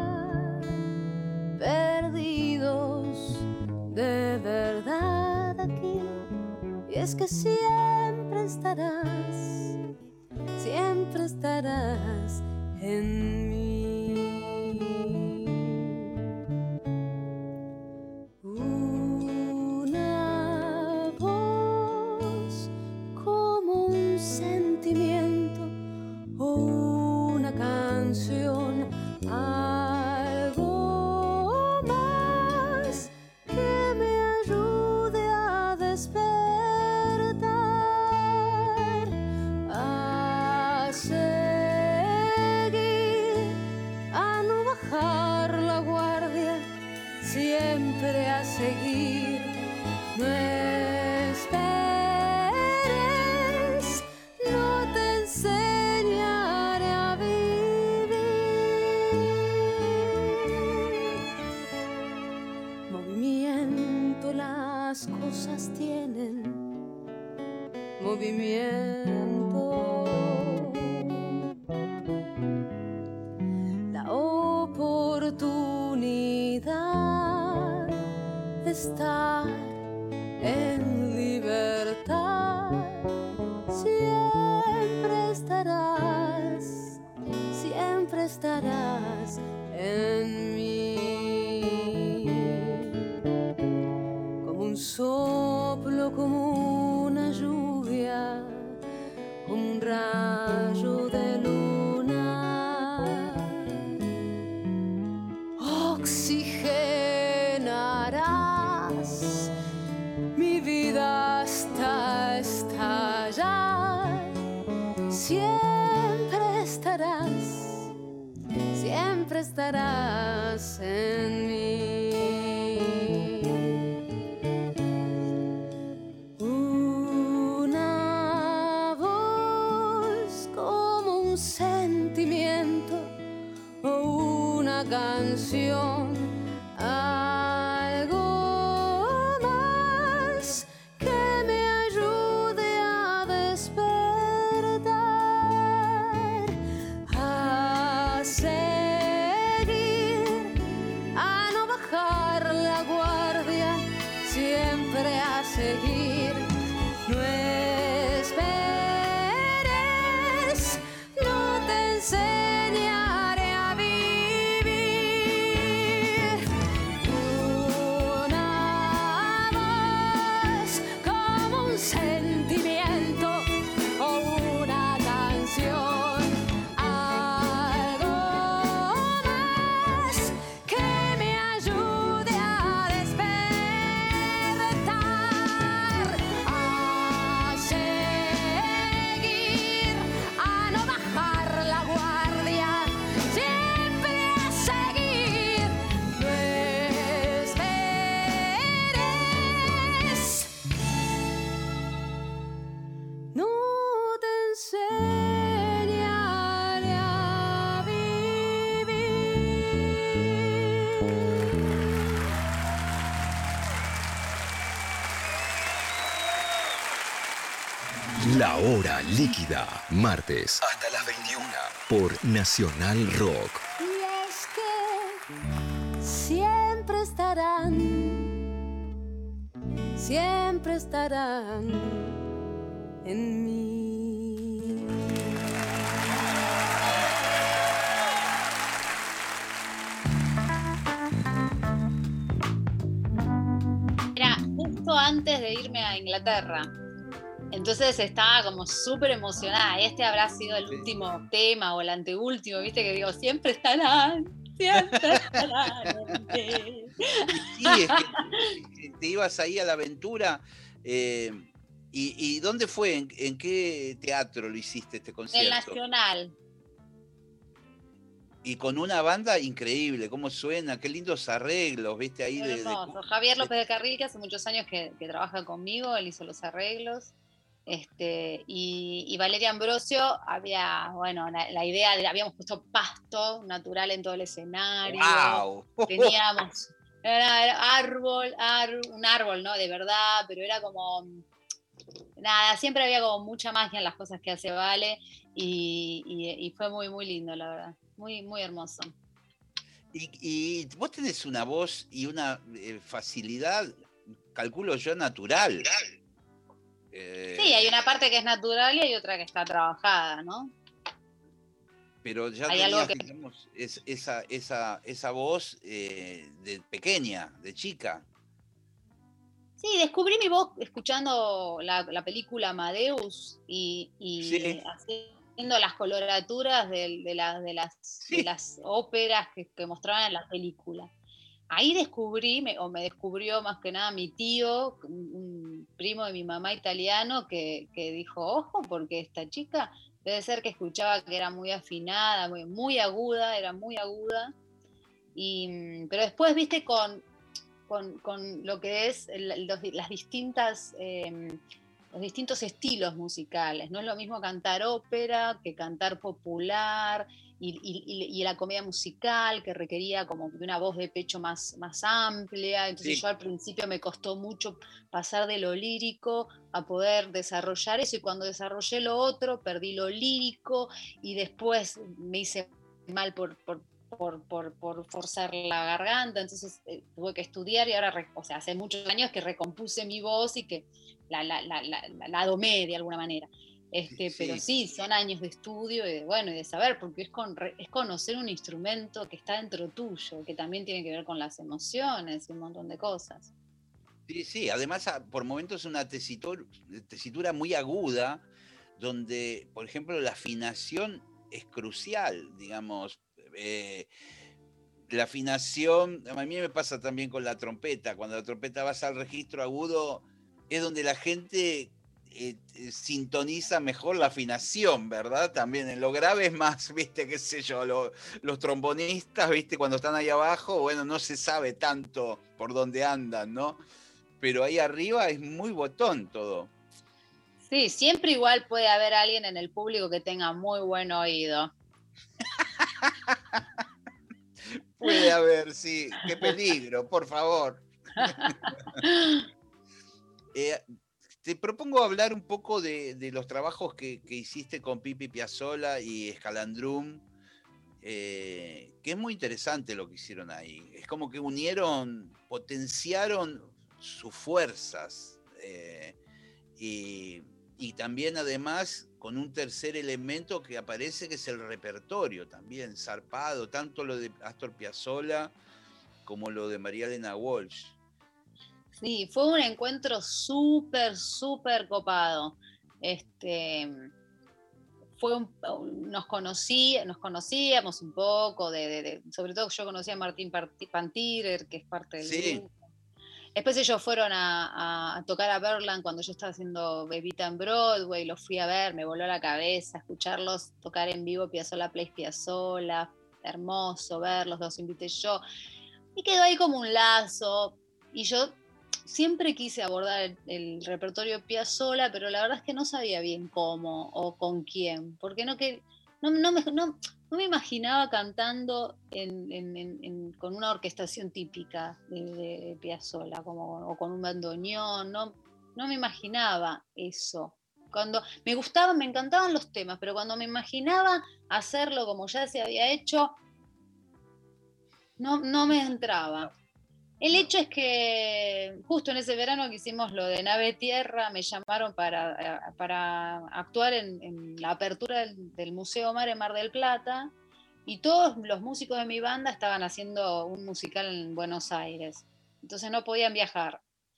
perdidos de verdad aquí. Y es que siempre estarás, siempre estarás en mí. las cosas tienen movimiento. La oportunidad de estar en libertad. Siempre estarás, siempre estarás en mí. Como un soplo, como una lluvia, como un rayo de luna. Oxigenarás mi vida hasta estallar. Siempre estarás, siempre estarás en mí. Una voz como un sentimiento o una canción. Algo más que me ayude a despertar, a seguir, a no bajar la guardia, siempre a seguir. No esperes, no te enseñaré a vivir. Una voz como un sentimiento o una canción. Algo más que me ayude a despertar, a seguir, a no bajar la guardia, siempre a seguir. No esperes, no te enseñaré a vivir. La Hora Líquida, martes hasta las veintiuna por Nacional Rock. Y es que siempre estarán, siempre estarán en mí. Era justo antes de irme a Inglaterra. Entonces estaba como súper emocionada. Este habrá sido el Sí. último tema o el anteúltimo, viste, que digo, siempre estarán, siempre estarán en mí. Sí, es que te ibas ahí a la aventura. eh, y, ¿Y dónde fue? ¿En, en qué teatro lo hiciste este El concierto? Nacional. Y con una banda increíble, cómo suena, qué lindos arreglos, viste ahí Muy de, de- hermoso. Javier López de Carril, que hace muchos años que, que trabaja conmigo, él hizo los arreglos. Este, y, y Valeria Ambrosio había, bueno, la, la idea de, habíamos puesto pasto natural en todo el escenario. ¡Wow! Teníamos, era, era árbol, ar- un árbol, ¿no? De verdad, pero era como, nada, siempre había como mucha magia en las cosas que hace Vale, y, y- y fue muy, muy lindo, la verdad. Muy, muy hermoso. Y, y vos tenés una voz y una eh, facilidad, calculo yo, natural. Eh, Sí, hay una parte que es natural y hay otra que está trabajada, ¿no? Pero ya hay algo tenías, que- digamos, es- esa, esa, esa voz eh, de pequeña, de chica. Sí, descubrí mi voz escuchando la, la película Amadeus y, y Sí. haciendo las coloraturas de, de las, de, las, Sí. de las óperas que, que mostraban en la película. Ahí descubrí, me- o me descubrió más que nada mi tío, un, un primo de mi mamá italiano, que, que dijo, ojo, porque esta chica debe ser que escuchaba que era muy afinada, muy, muy aguda, era muy aguda. Y, mm, pero después, viste, con, con, con lo que es el- los- las distintas eh, los distintos estilos musicales. No es lo mismo cantar ópera que cantar popular, y, y, y la comedia musical, que requería como de una voz de pecho más, más amplia. Entonces Sí. yo al principio me costó mucho pasar de lo lírico a poder desarrollar eso, y cuando desarrollé lo otro perdí lo lírico, y después me hice mal por, por, por, por, por forzar la garganta. Entonces eh, tuve que estudiar, y ahora, o sea, hace muchos años que recompuse mi voz y que la, la, la, la, la, la domé de alguna manera. Este, Sí. Pero sí, son años de estudio y de, bueno, y de saber, porque es, con, es conocer un instrumento que está dentro tuyo, que también tiene que ver con las emociones y un montón de cosas. Sí, sí, además por momentos es una tesitura, tesitura muy aguda, donde, por ejemplo, la afinación es crucial, digamos. Eh, la afinación, a mí me pasa también con la trompeta, cuando la trompeta vas al registro agudo, es donde la gente eh, eh, sintoniza mejor la afinación, ¿verdad? También en lo grave es más, viste, qué sé yo, lo, los trombonistas, viste, cuando están ahí abajo, bueno, no se sabe tanto por dónde andan, ¿no? Pero ahí arriba es muy botón todo. Sí, siempre igual puede haber alguien en el público que tenga muy buen oído. Puede haber, sí. Qué peligro, por favor. eh, te propongo hablar un poco de, de los trabajos que, que hiciste con Pipi Piazzolla y Escalandrum, eh, que es muy interesante lo que hicieron ahí. Es como que unieron, potenciaron sus fuerzas. Eh, y, y también además con un tercer elemento que aparece, que es el repertorio también, zarpado, tanto lo de Astor Piazzolla como lo de María Elena Walsh. Sí, fue un encuentro súper, súper copado. Este, fue un, nos, conocí, nos conocíamos un poco, de, de, de, sobre todo yo conocía a Martín Pantirer, que es parte del sí. grupo. Después ellos fueron a, a, a tocar a Berlán cuando yo estaba haciendo Bebita en Broadway, los fui a ver, me voló la cabeza escucharlos tocar en vivo Piazzolla Place Piazzolla, hermoso verlos, los invité yo, y quedó ahí como un lazo. Y yo siempre quise abordar el, el repertorio Piazzolla, pero la verdad es que no sabía bien cómo o con quién, porque no que no, no, me, no, no me imaginaba cantando en, en, en, con una orquestación típica de, de Piazzolla, como, o con un bandoneón, no, no me imaginaba eso. Cuando me gustaban, me encantaban los temas, pero cuando me imaginaba hacerlo como ya se había hecho, no, no me entraba. El hecho es que justo en ese verano que hicimos lo de Nave Tierra, me llamaron para, para actuar en, en la apertura del, del Museo Mar en Mar del Plata, y todos los músicos de mi banda estaban haciendo un musical en Buenos Aires, entonces no podían viajar.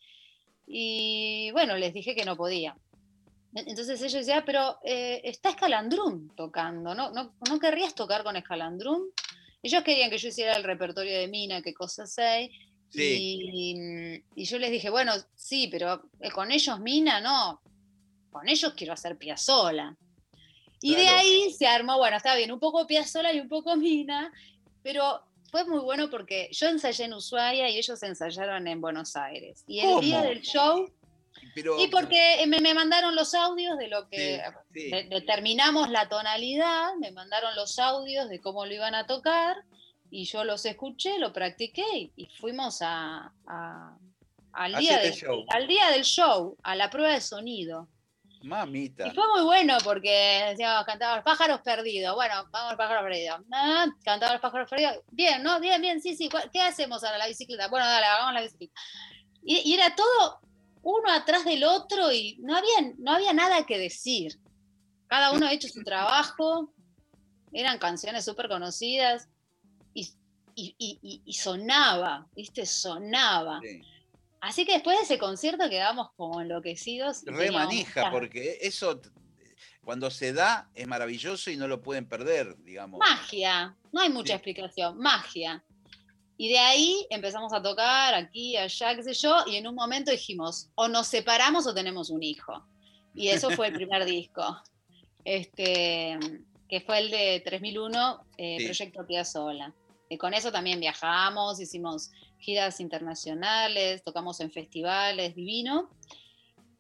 Y bueno, les dije que no podía. Entonces ellos decían, pero eh, está Escalandrum tocando, ¿no? ¿No, ¿no querrías tocar con Escalandrum? Ellos querían que yo hiciera el repertorio de Mina, qué cosa sé. Sí. Y, y yo les dije, bueno, sí, pero con ellos Mina, no, con ellos quiero hacer Piazzolla. Y claro, de ahí se armó, bueno, está bien, un poco Piazzolla y un poco Mina, pero fue muy bueno porque yo ensayé en Ushuaia y ellos ensayaron en Buenos Aires. Y el ¿Cómo? día del show... Pero, y porque me, me mandaron los audios de lo que sí, sí. De, determinamos la tonalidad, me mandaron los audios de cómo lo iban a tocar, y yo los escuché, lo practiqué, y fuimos a, a, al, día del, al día del show, a la prueba de sonido. Mamita. Y fue muy bueno porque decíamos, cantaba los pájaros perdidos. Bueno, vamos los pájaros perdidos. Ah, cantaba los pájaros perdidos. Bien, ¿no? Bien, bien, sí, sí. ¿Qué hacemos ahora? La bicicleta. Bueno, dale, hagamos la bicicleta. Y, y era todo uno atrás del otro y no había, no había nada que decir. Cada uno ha hecho su trabajo, eran canciones súper conocidas y, y, y, y sonaba, ¿viste? Sonaba. Sí. Así que después de ese concierto quedamos como enloquecidos. Re manija, porque eso cuando se da es maravilloso y no lo pueden perder, digamos. Magia, no hay mucha sí. explicación, magia. Y de ahí empezamos a tocar aquí, allá, qué sé yo, y en un momento dijimos, o nos separamos o tenemos un hijo. Y eso fue el primer disco, este, que fue el de tres mil uno, eh, sí. Proyecto Piazzolla. Y con eso también viajamos, hicimos giras internacionales, tocamos en festivales, divino.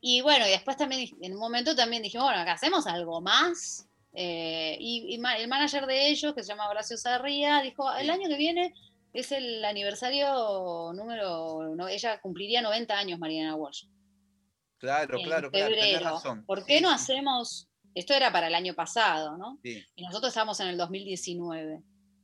y bueno, y después también, en un momento también dijimos, bueno, acá hacemos algo más. Eh, y, y el manager de ellos, que se llama Horacio Sarría, dijo, el Sí. año que viene es el aniversario número, no, ella cumpliría noventa años, Mariana Walsh. Claro, En claro, claro, tenés febrero. razón. ¿Por qué Sí, no sí, hacemos? Esto era para el año pasado, ¿no? sí. Y nosotros estábamos en el dos mil diecinueve.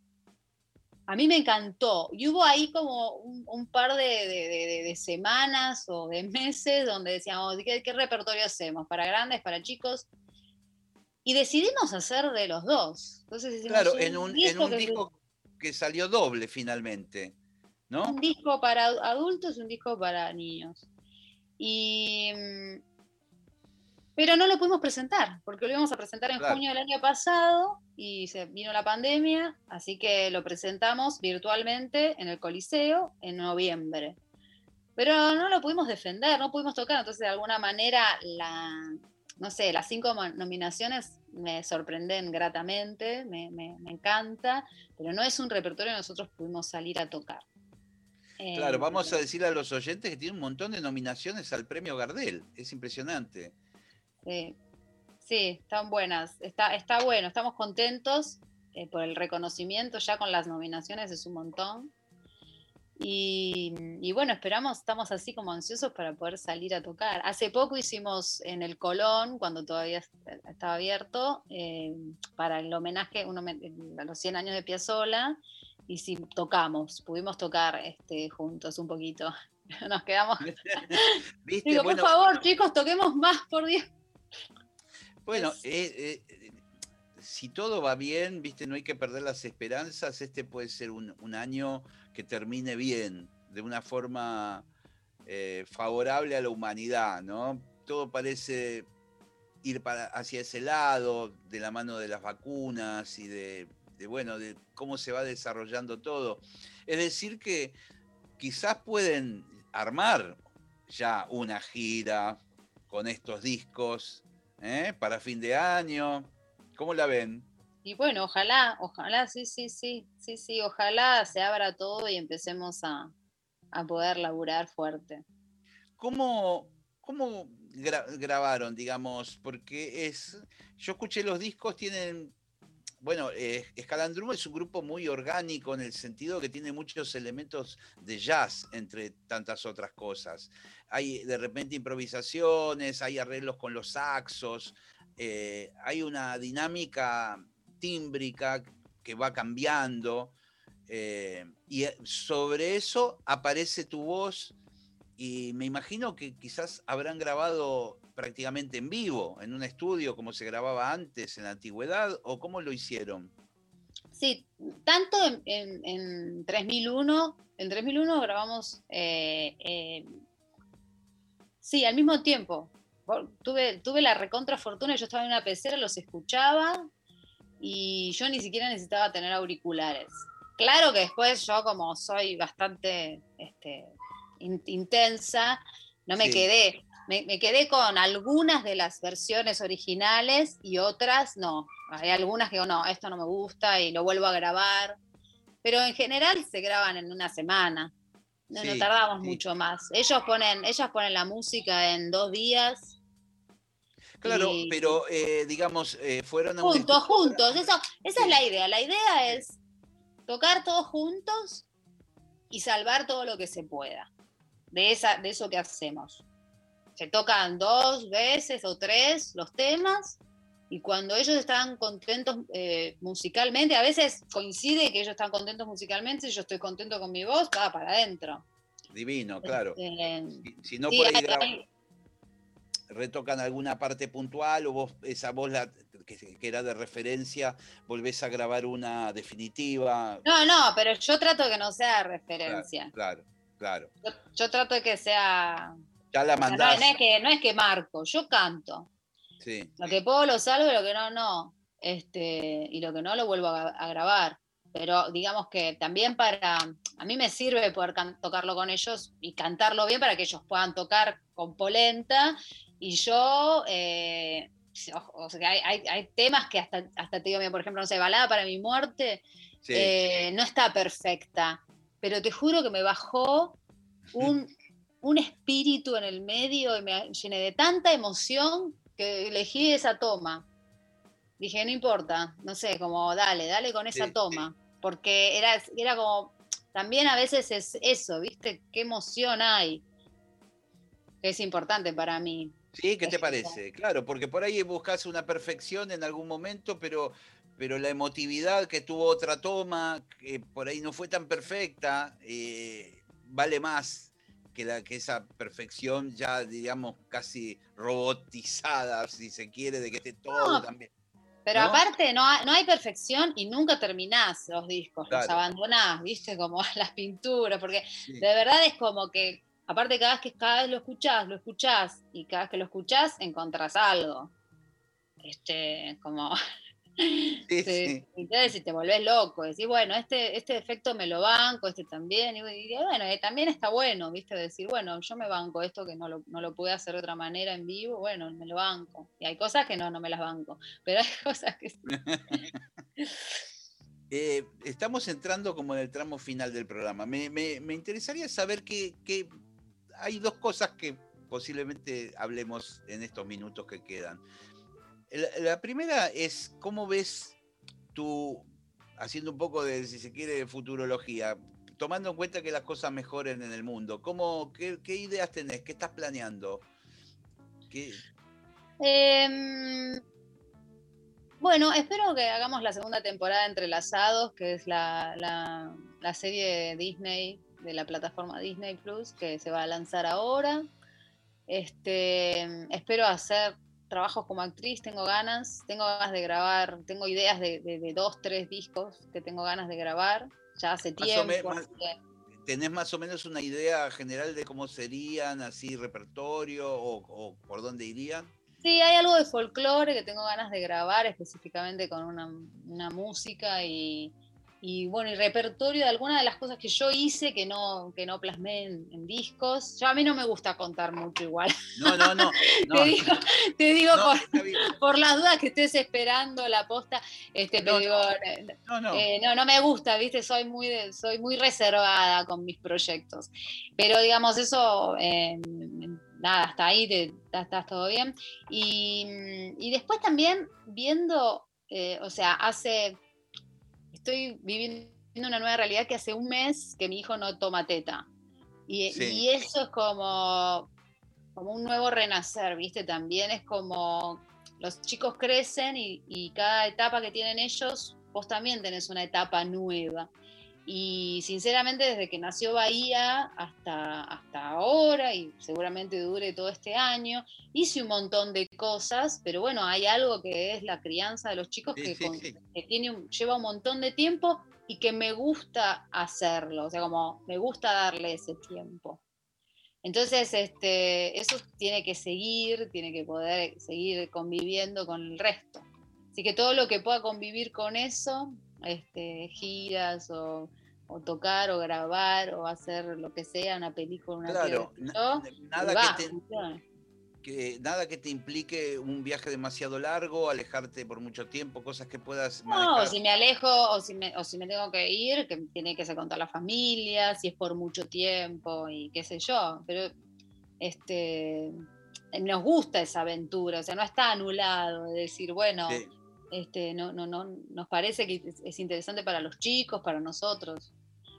A mí me encantó. Y hubo ahí como un, un par de, de, de, de semanas o de meses donde decíamos, ¿qué, ¿qué repertorio hacemos? ¿Para grandes, para chicos? Y decidimos hacer de los dos. Entonces hicimos Claro, un en un, en disco un que es disco que salió doble finalmente, ¿no? un disco para adultos y un disco para niños. Y, pero no lo pudimos presentar, porque lo íbamos a presentar en Claro. junio del año pasado y se vino la pandemia, así que lo presentamos virtualmente en el Coliseo en noviembre. Pero no lo pudimos defender, no pudimos tocar, entonces de alguna manera la, no sé, las cinco nominaciones me sorprenden gratamente, me, me, me encanta, pero no es un repertorio que nosotros pudimos salir a tocar. Claro, Eh, vamos a decirle a los oyentes que tiene un montón de nominaciones al premio Gardel, es impresionante. Sí, sí, están buenas, está, está bueno, estamos contentos eh, por el reconocimiento, ya con las nominaciones es un montón. Y, y bueno, esperamos, estamos así como ansiosos para poder salir a tocar. Hace poco hicimos en el Colón, cuando todavía estaba abierto, eh, para el homenaje un homenaje a los cien años de Piazzolla, y sí, tocamos, pudimos tocar este, juntos un poquito. Nos quedamos. ¿Viste? Digo, Bueno, por favor, chicos, toquemos más, por Dios. bueno eh, eh, si todo va bien, viste, no hay que perder las esperanzas. Este puede ser un, un año que termine bien, de una forma eh, favorable a la humanidad, ¿no? Todo parece ir para, hacia ese lado, de la mano de las vacunas y de, de, bueno, de cómo se va desarrollando todo. Es decir que quizás pueden armar ya una gira con estos discos, ¿eh? Para fin de año. ¿Cómo la ven? Y bueno, ojalá, ojalá, sí, sí, sí, sí, sí, ojalá se abra todo y empecemos a, a poder laburar fuerte. ¿Cómo, cómo gra grabaron, digamos? Porque es, yo escuché los discos, tienen, bueno, eh, Escalandrum es un grupo muy orgánico en el sentido que tiene muchos elementos de jazz, entre tantas otras cosas. Hay de repente improvisaciones, hay arreglos con los saxos, eh, hay una dinámica tímbrica que va cambiando, eh, y sobre eso aparece tu voz. Y me imagino que quizás habrán grabado prácticamente en vivo, en un estudio como se grababa antes en la antigüedad, ¿o cómo lo hicieron? Sí, tanto en, en, en tres mil uno, en tres mil uno grabamos, eh, eh, sí, al mismo tiempo. Tuve, tuve la recontra fortuna, yo estaba en una pecera, los escuchaba y yo ni siquiera necesitaba tener auriculares. Claro que después yo, como soy bastante este, in, intensa, no me sí. quedé, me, me quedé con algunas de las versiones originales y otras no. Hay algunas que digo, no, esto no me gusta y lo vuelvo a grabar. Pero en general se graban en una semana. No, sí, no tardamos sí. mucho más. Ellos ponen, ellas ponen la música en dos días. Claro, y... pero eh, digamos, eh, fueron a juntos, un juntos. Eso, esa sí. es la idea. La idea es tocar todos juntos y salvar todo lo que se pueda de, esa, de eso que hacemos. Se tocan dos veces o tres los temas y cuando ellos están contentos eh, musicalmente, a veces coincide que ellos están contentos musicalmente y yo estoy contento con mi voz, va para adentro. Divino, claro. Eh, si, si no sí, por ahí hay, grabar, hay... retocan alguna parte puntual o vos esa voz la, que, que era de referencia, volvés a grabar una definitiva. No, no, pero yo trato que no sea referencia. Claro, claro. claro. Yo, yo trato de que sea... Ya la mandás. O sea, no, no, es que, no es que marco, yo canto. Sí. Lo que puedo lo salvo y lo que no, no. Este, y lo que no lo vuelvo a, a grabar. Pero digamos que también para... A mí me sirve poder can, tocarlo con ellos y cantarlo bien para que ellos puedan tocar con polenta. Y yo... Eh, o, o sea, hay, hay, hay temas que hasta, hasta te digo, por ejemplo, no sé, Balada para mi muerte, sí. eh, no está perfecta. Pero te juro que me bajó un... un espíritu en el medio y me llené de tanta emoción que elegí esa toma. Dije, no importa, no sé, como dale, dale con esa Sí, toma, porque era, era como, también a veces es eso, ¿viste? Qué emoción hay, que es importante para mí. Sí, ¿qué te Es eso. parece? Claro, porque por ahí buscas una perfección en algún momento, pero, pero la emotividad que tuvo otra toma, que por ahí no fue tan perfecta, eh, vale más que, la, que esa perfección ya, digamos, casi robotizada, si se quiere, de que esté todo No, también. pero ¿No? aparte no hay, no hay perfección y nunca terminás los discos, los Claro. abandonás, ¿viste? Como las pinturas, porque Sí. de verdad es como que, aparte cada vez que cada vez lo escuchás, lo escuchás, y cada vez que lo escuchás encontrás algo. Este, como Sí, te, sí. entonces si te volvés loco, decís, bueno, este, este defecto me lo banco, este también, y, y bueno, y también está bueno, ¿viste? Decir, bueno, yo me banco esto que no lo, no lo pude hacer de otra manera en vivo, bueno, me lo banco. Y hay cosas que no, no me las banco, pero hay cosas que sí. Eh, estamos entrando como en el tramo final del programa. Me, me, me interesaría saber que, que hay dos cosas que posiblemente hablemos en estos minutos que quedan. La, la primera es cómo ves tú, haciendo un poco de, si se quiere, de futurología, tomando en cuenta que las cosas mejoren en el mundo. ¿Cómo, qué, qué ideas tenés? ¿Qué estás planeando? ¿Qué... Eh, bueno, espero que hagamos la segunda temporada de Entrelazados, que es la, la, la serie de Disney, de la plataforma Disney Plus, que se va a lanzar ahora. Este, espero hacer trabajos como actriz, tengo ganas, tengo ganas de grabar, tengo ideas de, de, de dos, tres discos que tengo ganas de grabar, ya hace Más o tiempo. menos, ¿tenés más o menos una idea general de cómo serían, así, repertorio o, o por dónde irían? Sí, hay algo de folclore que tengo ganas de grabar específicamente con una, una música y, y bueno, y repertorio de algunas de las cosas que yo hice que no, que no plasmé en, en discos. Yo a mí no me gusta contar mucho igual. No, no, no. no te digo, te digo no, por, por las dudas que estés esperando la posta, este, no, te digo, no, no. Eh, no, no me gusta, viste, soy muy, de, soy muy reservada con mis proyectos. Pero digamos, eso, eh, nada, hasta ahí te, estás todo bien. Y, y después también viendo, eh, o sea, hace, estoy viviendo una nueva realidad que hace un mes que mi hijo no toma teta. Y, Sí. y eso es como, como un nuevo renacer, ¿viste? También es como los chicos crecen y, y cada etapa que tienen ellos, vos también tenés una etapa nueva. Y sinceramente desde que nació Bahía hasta, hasta ahora, y seguramente dure todo este año, hice un montón de cosas, pero bueno, hay algo que es la crianza de los chicos Sí, que, sí, con, sí. que tiene un, lleva un montón de tiempo y que me gusta hacerlo, o sea, como me gusta darle ese tiempo. Entonces, este, eso tiene que seguir, tiene que poder seguir conviviendo con el resto. Así que todo lo que pueda convivir con eso, este, giras o, o tocar o grabar o hacer lo que sea, una película, una Claro, piedra, na- yo, nada va, que te, funciona. que nada que te implique un viaje demasiado largo, alejarte por mucho tiempo, cosas que puedas No, o manejar. si me alejo o si me, o si me tengo que ir, que tiene que ser con toda la familia, si es por mucho tiempo y qué sé yo. Pero este, nos gusta esa aventura, o sea, no está anulado de decir, bueno, Sí. este, no, no, no, nos parece que es interesante para los chicos, para nosotros.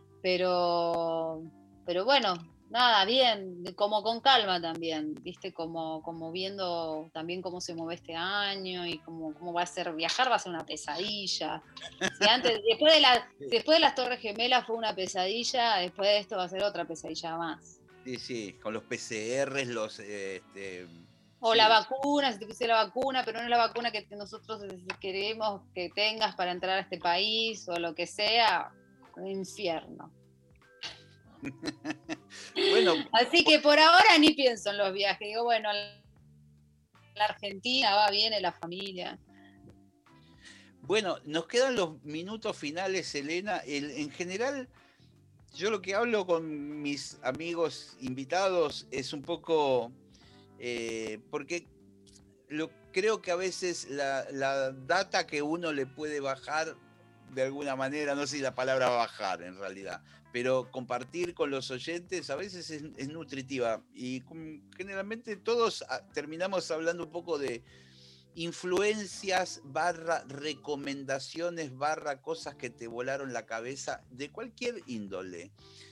Pero, pero bueno, nada, bien, como con calma también, viste, como, como viendo también cómo se mueve este año y cómo, cómo va a ser, viajar va a ser una pesadilla. Si antes, después de la, después de las Torres Gemelas fue una pesadilla, después de esto va a ser otra pesadilla más. Sí, sí, con los P C Rs, los... Este, O sí. la vacuna, si te pusiera la vacuna, pero no es la vacuna que nosotros queremos que tengas para entrar a este país o lo que sea, un infierno. Bueno, así que por ahora ni pienso en los viajes. Digo, bueno, la Argentina va bien, en la familia. Bueno, nos quedan los minutos finales, Elena. El, en general, yo lo que hablo con mis amigos invitados es un poco... Eh, porque lo, creo que a veces la, la data que uno le puede bajar de alguna manera, no sé si la palabra bajar en realidad, pero compartir con los oyentes a veces es, es nutritiva y com- generalmente todos ah, terminamos hablando un poco de influencias barra recomendaciones barra cosas que te volaron la cabeza de cualquier índole.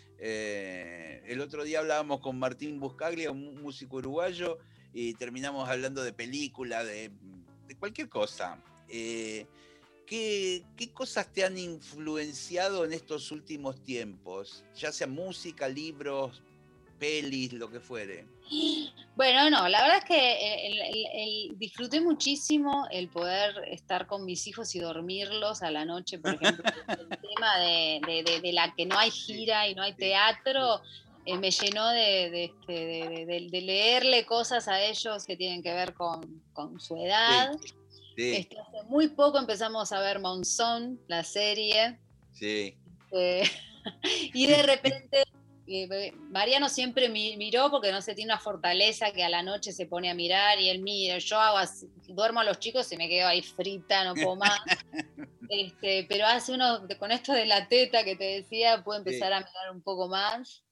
Eh, el otro día hablábamos con Martín Buscaglia, un músico uruguayo, y terminamos hablando de película, de, de cualquier cosa. Eh, ¿qué, ¿Qué cosas te han influenciado en estos últimos tiempos? Ya sea música, libros, pelis, lo que fuere. Bueno, no, la verdad es que el, el- el- disfruté muchísimo el poder estar con mis hijos y dormirlos a la noche, por ejemplo. El tema de, de- de- de la que no hay gira y no hay teatro, eh, me llenó de, de este, de- de- de- de leerle cosas a ellos que tienen que ver con, con su Sí, edad. sí, Este, hace muy poco empezamos a ver Monzón, la serie. sí. eh, y de repente eh, Mariano siempre mi- miró porque no sé, tiene una fortaleza que a la noche se pone a mirar y él mira, yo hago así, duermo a los chicos y me quedo ahí frita, no puedo más. Este, pero hace uno, con esto de la teta que te decía, puedo empezar Sí. a mirar un poco más.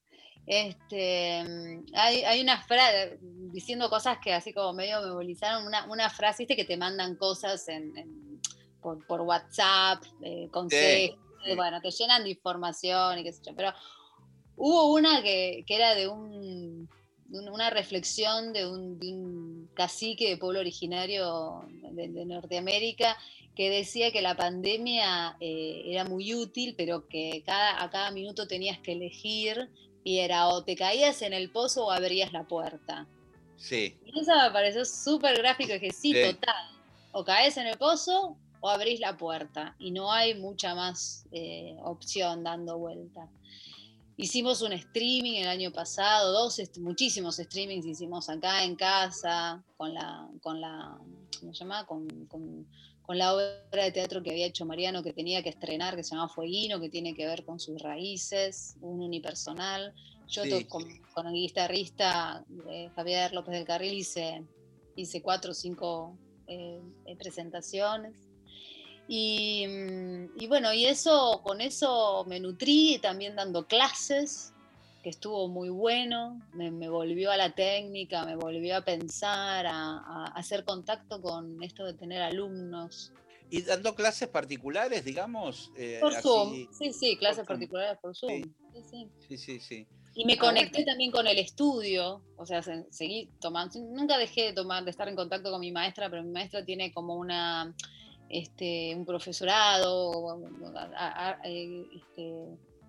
Este, hay, hay una frase diciendo cosas que así como medio me movilizaron, una, una frase ¿viste? Que te mandan cosas en, en- por, por WhatsApp, eh, consejos, Sí. bueno, te llenan de información y qué sé yo, pero hubo una que, que era de un, de un- una reflexión de un, de un cacique de pueblo originario de, de Norteamérica que decía que la pandemia eh, era muy útil, pero que cada, a cada minuto tenías que elegir y era o te caías en el pozo o abrías la puerta. Sí. Y eso me pareció súper gráfico, y que sí, Sí. total, o caes en el pozo o abrís la puerta y no hay mucha más eh, opción dando vuelta. Hicimos un streaming el año pasado, dos, muchísimos streamings hicimos acá en casa, con la, con la, ¿cómo se llama? Con, con, con la obra de teatro que había hecho Mariano, que tenía que estrenar, que se llama Fueguino, que tiene que ver con sus raíces, un unipersonal. Yo Sí. con, con el guitarrista eh, Javier López del Carril hice, hice cuatro o cinco eh, eh, presentaciones. Y, y bueno, y eso, con eso me nutrí también dando clases, que estuvo muy bueno, me, me volvió a la técnica, me volvió a pensar, a, a hacer contacto con esto de tener alumnos. ¿Y dando clases particulares, digamos? Eh, Por Zoom, así, sí, sí, clases por Zoom. particulares por Zoom. Sí. Sí, sí. Sí, sí, sí. Y me Ah, conecté bueno. también con el estudio, o sea, se- seguí tomando, nunca dejé de tomar, de estar en contacto con mi maestra, pero mi maestra tiene como una, este, un profesorado, a- a- a- eh, este,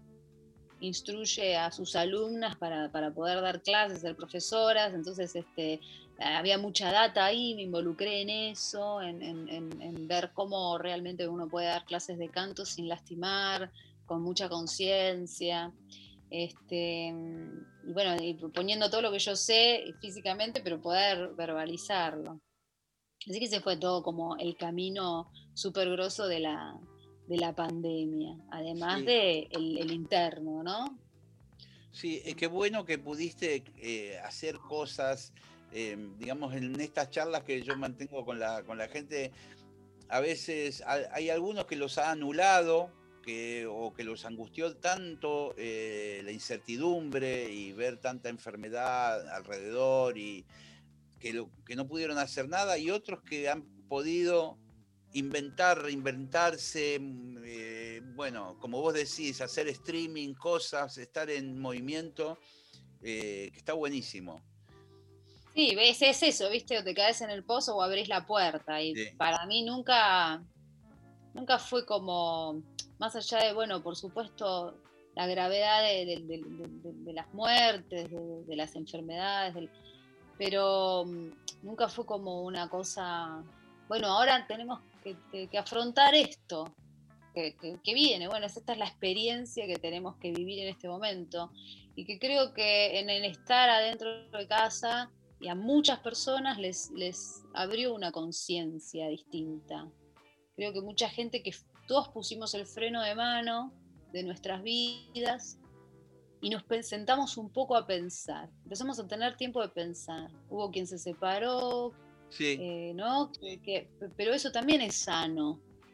instruye a sus alumnas para, para poder dar clases, ser profesoras, entonces este, había mucha data ahí, me involucré en eso, en, en, en, en ver cómo realmente uno puede dar clases de canto sin lastimar, con mucha conciencia. Este, y bueno, y poniendo todo lo que yo sé físicamente, pero poder verbalizarlo. Así que ese fue todo como el camino súper grosso de la, de la pandemia, además Sí. de el, el interno, ¿no? Sí, eh, qué bueno que pudiste eh, hacer cosas, eh, digamos, en estas charlas que yo mantengo con la, con la gente. A veces hay, hay algunos que los ha anulado que, o que los angustió tanto eh, la incertidumbre y ver tanta enfermedad alrededor y que, lo, que no pudieron hacer nada, y otros que han podido inventar, reinventarse, eh, bueno, como vos decís, hacer streaming, cosas, estar en movimiento, eh, que está buenísimo. Sí, ves, es eso, ¿viste? O te caes en el pozo o abrís la puerta. Y Sí. para mí nunca, nunca fue como, más allá de, bueno, por supuesto, la gravedad de, de, de, de, de las muertes, de, de las enfermedades, del, pero um, nunca fue como una cosa, bueno, ahora tenemos que, que, que afrontar esto, que, que, que viene, bueno, esta es la experiencia que tenemos que vivir en este momento, y que creo que en el estar adentro de casa, y a muchas personas les, les abrió una conciencia distinta. Creo que mucha gente que todos pusimos el freno de mano de nuestras vidas, y nos sentamos un poco a pensar, empezamos a tener tiempo de pensar. Hubo quien se separó, Sí. eh, ¿no? Que, que, pero eso también es sano.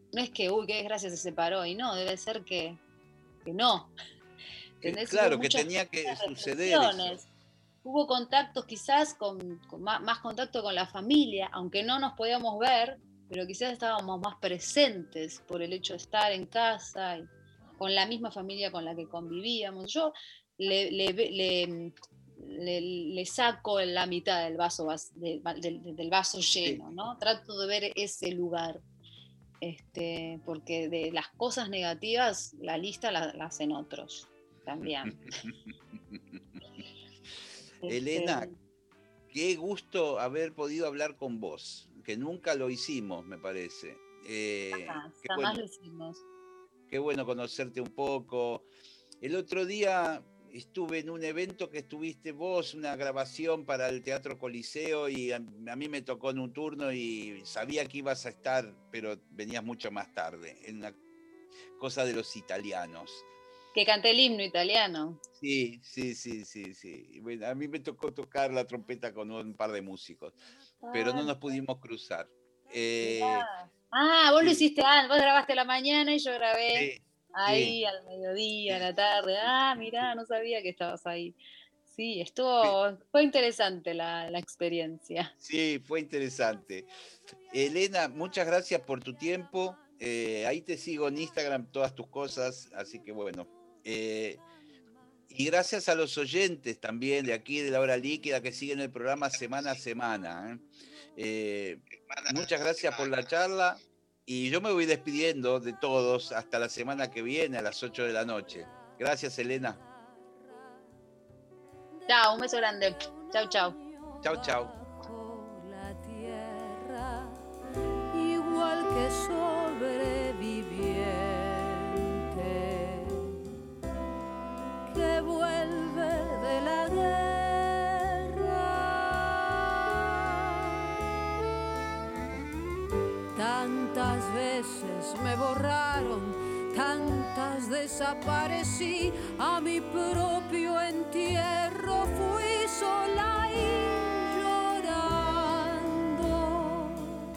no es que, uy, qué desgracia se separó, y no, debe ser que, que no. Que, ¿Entendés? claro, Hubo que muchas, tenía que muchas suceder reflexiones. eso. Hubo contactos quizás con, con más, más contacto con la familia, aunque no nos podíamos ver, pero quizás estábamos más presentes por el hecho de estar en casa y con la misma familia con la que convivíamos. Yo le, le, le, le, le saco la mitad del vaso, del, del, del vaso lleno, ¿no? Trato de ver ese lugar, este, porque de las cosas negativas la lista la, la hacen otros también. Elena, qué gusto haber podido hablar con vos, que nunca lo hicimos, me parece. Eh, Ajá, qué jamás bueno, lo hicimos. Qué bueno conocerte un poco. El otro día estuve en un evento que estuviste vos, una grabación para el Teatro Coliseo, y a, a mí me tocó en un turno y sabía que ibas a estar, pero venías mucho más tarde, en una cosa de los italianos. Que canté el himno italiano. Sí, sí, sí, sí, sí. Bueno, a mí me tocó tocar la trompeta con un par de músicos, ah, pero no nos pudimos cruzar. Eh, ah, vos sí. lo hiciste, ah, vos grabaste a la mañana y yo grabé Sí, ahí sí. al mediodía, a la tarde. Ah, mirá, no sabía que estabas ahí. Sí, estuvo, fue interesante la, la experiencia. Sí, fue interesante. Elena, muchas gracias por tu tiempo. Eh, ahí te sigo en Instagram, todas tus cosas, así que bueno. Eh, y gracias a los oyentes también de aquí de La Hora Líquida que siguen el programa semana a semana. ¿eh? Eh, muchas gracias por la charla y yo me voy despidiendo de todos hasta la semana que viene a las ocho de la noche. Gracias, Elena. Chao, un beso grande. Chau, chau. Chau, chau. Igual que sobreviviente que vuelve de la guerra. Tantas veces me borraron, tantas desaparecí, a mi propio entierro fui sola y llorando.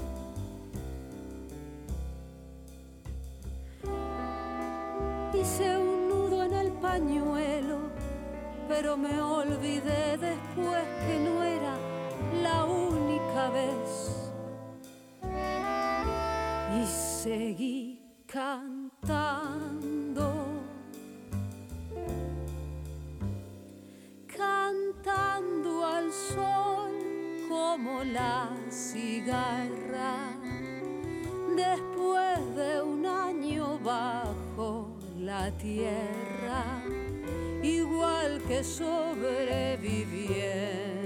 Hice un nudo en el pañuelo, pero me olvidé después que no era la única vez. Y seguí cantando, cantando al sol como la cigarra. Después de un año bajo la tierra, igual que sobreviviente